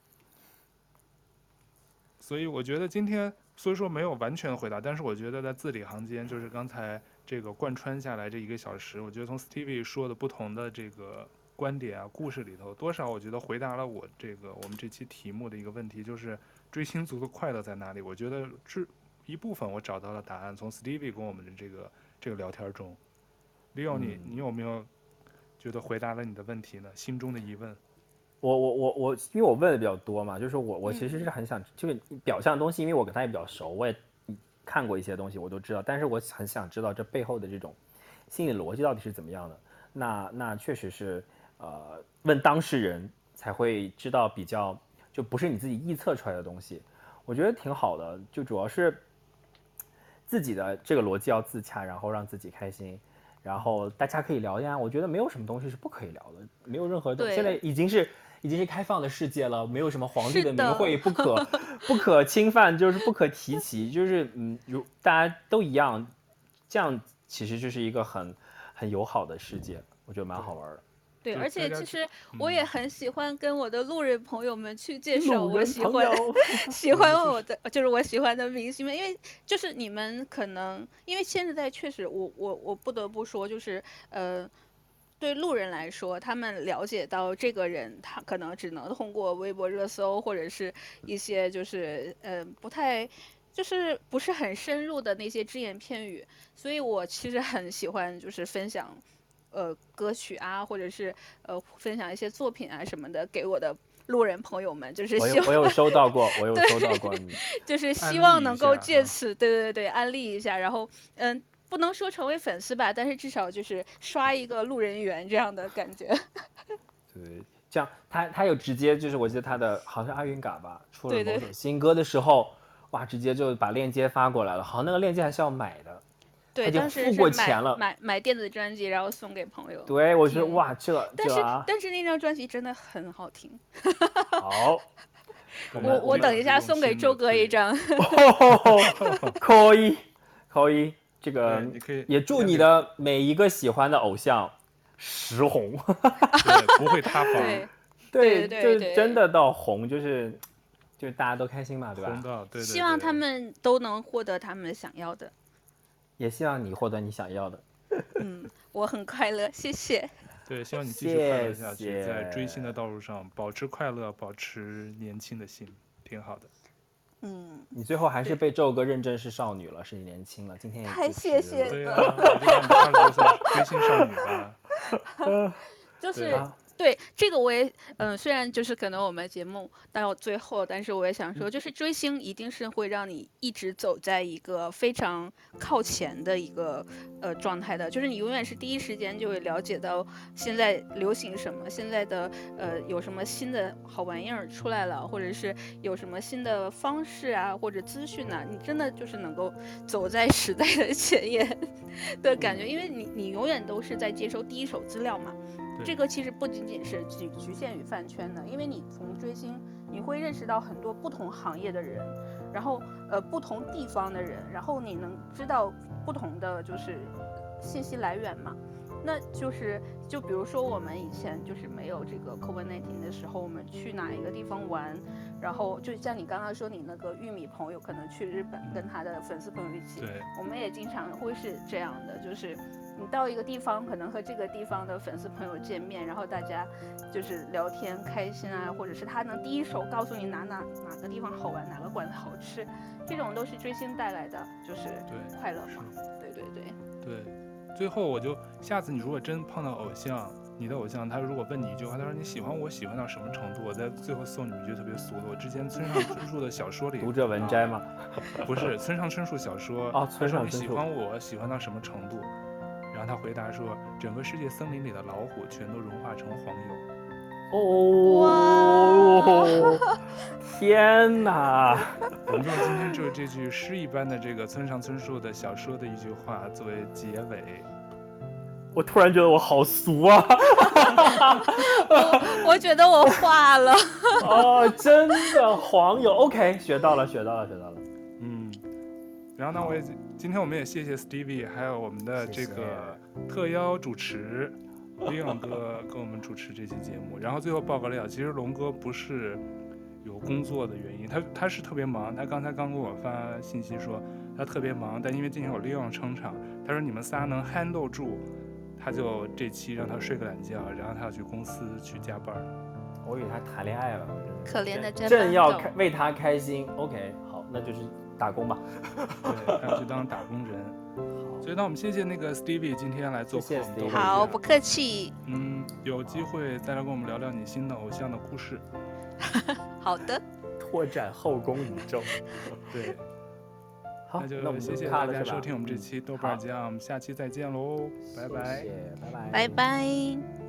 所以我觉得今天虽说没有完全回答，但是我觉得在字里行间，就是刚才这个贯穿下来这1个小时，我觉得从 Stevie 说的不同的这个观点啊、故事里头，多少我觉得回答了我们这期题目的一个问题，就是追星族的快乐在哪里？我觉得这一部分我找到了答案，从 Stevie 跟我们的这个聊天中。Leo，你有没有觉得回答了你的问题呢？心中的疑问。 我，因为我问的比较多嘛，就是我其实是很想，就是表象的东西，因为我跟他也比较熟，我也看过一些东西，我都知道，但是我很想知道这背后的这种心理逻辑到底是怎么样的。那确实是，问当事人才会知道比较，就不是你自己臆测出来的东西，我觉得挺好的，就主要是自己的这个逻辑要自洽，然后让自己开心。然后大家可以聊呀，我觉得没有什么东西是不可以聊的，没有任何东西，现在已经是已经是开放的世界了，没有什么皇帝的是的名讳不可侵犯，就是不可提起，就是大家都一样，这样其实就是一个很友好的世界，我觉得蛮好玩的。 对， 就而且大家其实我也很喜欢跟我的路人朋友们去介绍路人我喜欢朋友喜欢我的，就是我喜欢的明星们，因为就是你们可能，因为现在确实，我不得不说，就是对路人来说，他们了解到这个人，他可能只能通过微博热搜或者是一些就是不太。就是不是很深入的那些只言片语，所以我其实很喜欢就是分享歌曲啊，或者是分享一些作品啊什么的给我的路人朋友们，就是希望我有收到过，我有收到过你。 就是希安利一望能够下啊借此，对，安利一下，然后不能说成为粉丝吧，但是至少就是刷一个路人缘这样的感觉。 对，这样他有直接就是我记得他的好像阿云嘎吧出了对对某首新歌的时候，哇，直接就把链接发过来了，好像那个链接还是要买的。他对， 已经当时付是买过钱了买电子专辑，然后送给朋友。 对，我觉得听哇， 但是啊， 但是那张专辑真的很好听， 好， 我等一下送给周哥一张。 可以，这个对你可以也祝你的每一个喜欢的偶像实红。 对，不会塌房， 对， 就是真的到红，就是大家都开心嘛，对吧？ 红到对， 希望他们都能获得他们想要的。 也希望你获得你想要的。 我很快乐，谢谢。 对，希望你继续快乐下去， 谢谢在追星的道路上保持快乐，保持年轻的心，挺好的。 你最后还是被宙哥认证是少女了，是年轻了。今天也太支持谢谢对呀、我就让你20多岁追星少女吧。 就是对啊对这个我也虽然就是可能我们节目到最后，但是我也想说，就是追星一定是会让你一直走在一个非常靠前的一个状态的，就是你永远是第一时间就会了解到现在流行什么，现在的有什么新的好玩意儿出来了，或者是有什么新的方式啊或者资讯啊，你真的就是能够走在时代的前沿的感觉，因为你永远都是在接收第一手资料嘛。这个其实不仅仅是局限于饭圈的，因为你从追星，你会认识到很多不同行业的人，然后不同地方的人，然后你能知道不同的就是信息来源嘛。那就比如说我们以前就是没有这个 COVID-19 的时候，我们去哪一个地方玩，然后就像你刚刚说你那个玉米朋友可能去日本跟他的粉丝朋友一起， 对， 我们也经常会是这样的，就是你到一个地方，可能和这个地方的粉丝朋友见面，然后大家就是聊天开心啊，或者是他能第一手告诉你哪个地方好玩，哪个馆子好吃，这种都是追星带来的，就是快乐嘛。对。 最后我就下次你如果真碰到偶像，你的偶像他如果问你一句话，他说你喜欢我喜欢到什么程度，我在最后送你一句特别俗的，我之前村上春树的小说里读者文摘吗？ 不是村上春树小说哦， 他说你喜欢我喜欢到什么程度，然后他回答说整个世界森林里的老虎全都融化成黄油。 哦，天哪！ 我们用今天就是这句诗一般的这个村上春树的小说的一句话作为结尾。 我突然觉得我好俗啊！ 我觉得我化了。 哦，真的黄油 ，OK， 学到了。 然后呢，今天我们也谢谢 Stevie， 还有我们的这个特邀主持Leon 哥跟我们主持这期节目。然后最后报个料，其实龙哥不是有工作的原因，他是特别忙。他刚跟我发信息说他特别忙，但因为今天有 Leon 撑场，他说你们仨能 handle 住，他就这期让他睡个懒觉，然后他要去公司去加班。 我以为他谈恋爱了， 可怜的正要为他开心。OK， 好，那就是打工吧。 对，他要去当打工人。所以那我们谢谢那个 Stevie 今天来做客。 谢谢 Stevie。 好，不客气。 有机会再来跟我们聊聊你新的偶像的故事。 好的。 拓展后宫宇宙。 对。 好， 那就谢谢大家收听我们这期豆瓣酱，我们下期再见喽，拜拜。 谢谢，拜拜。 拜拜。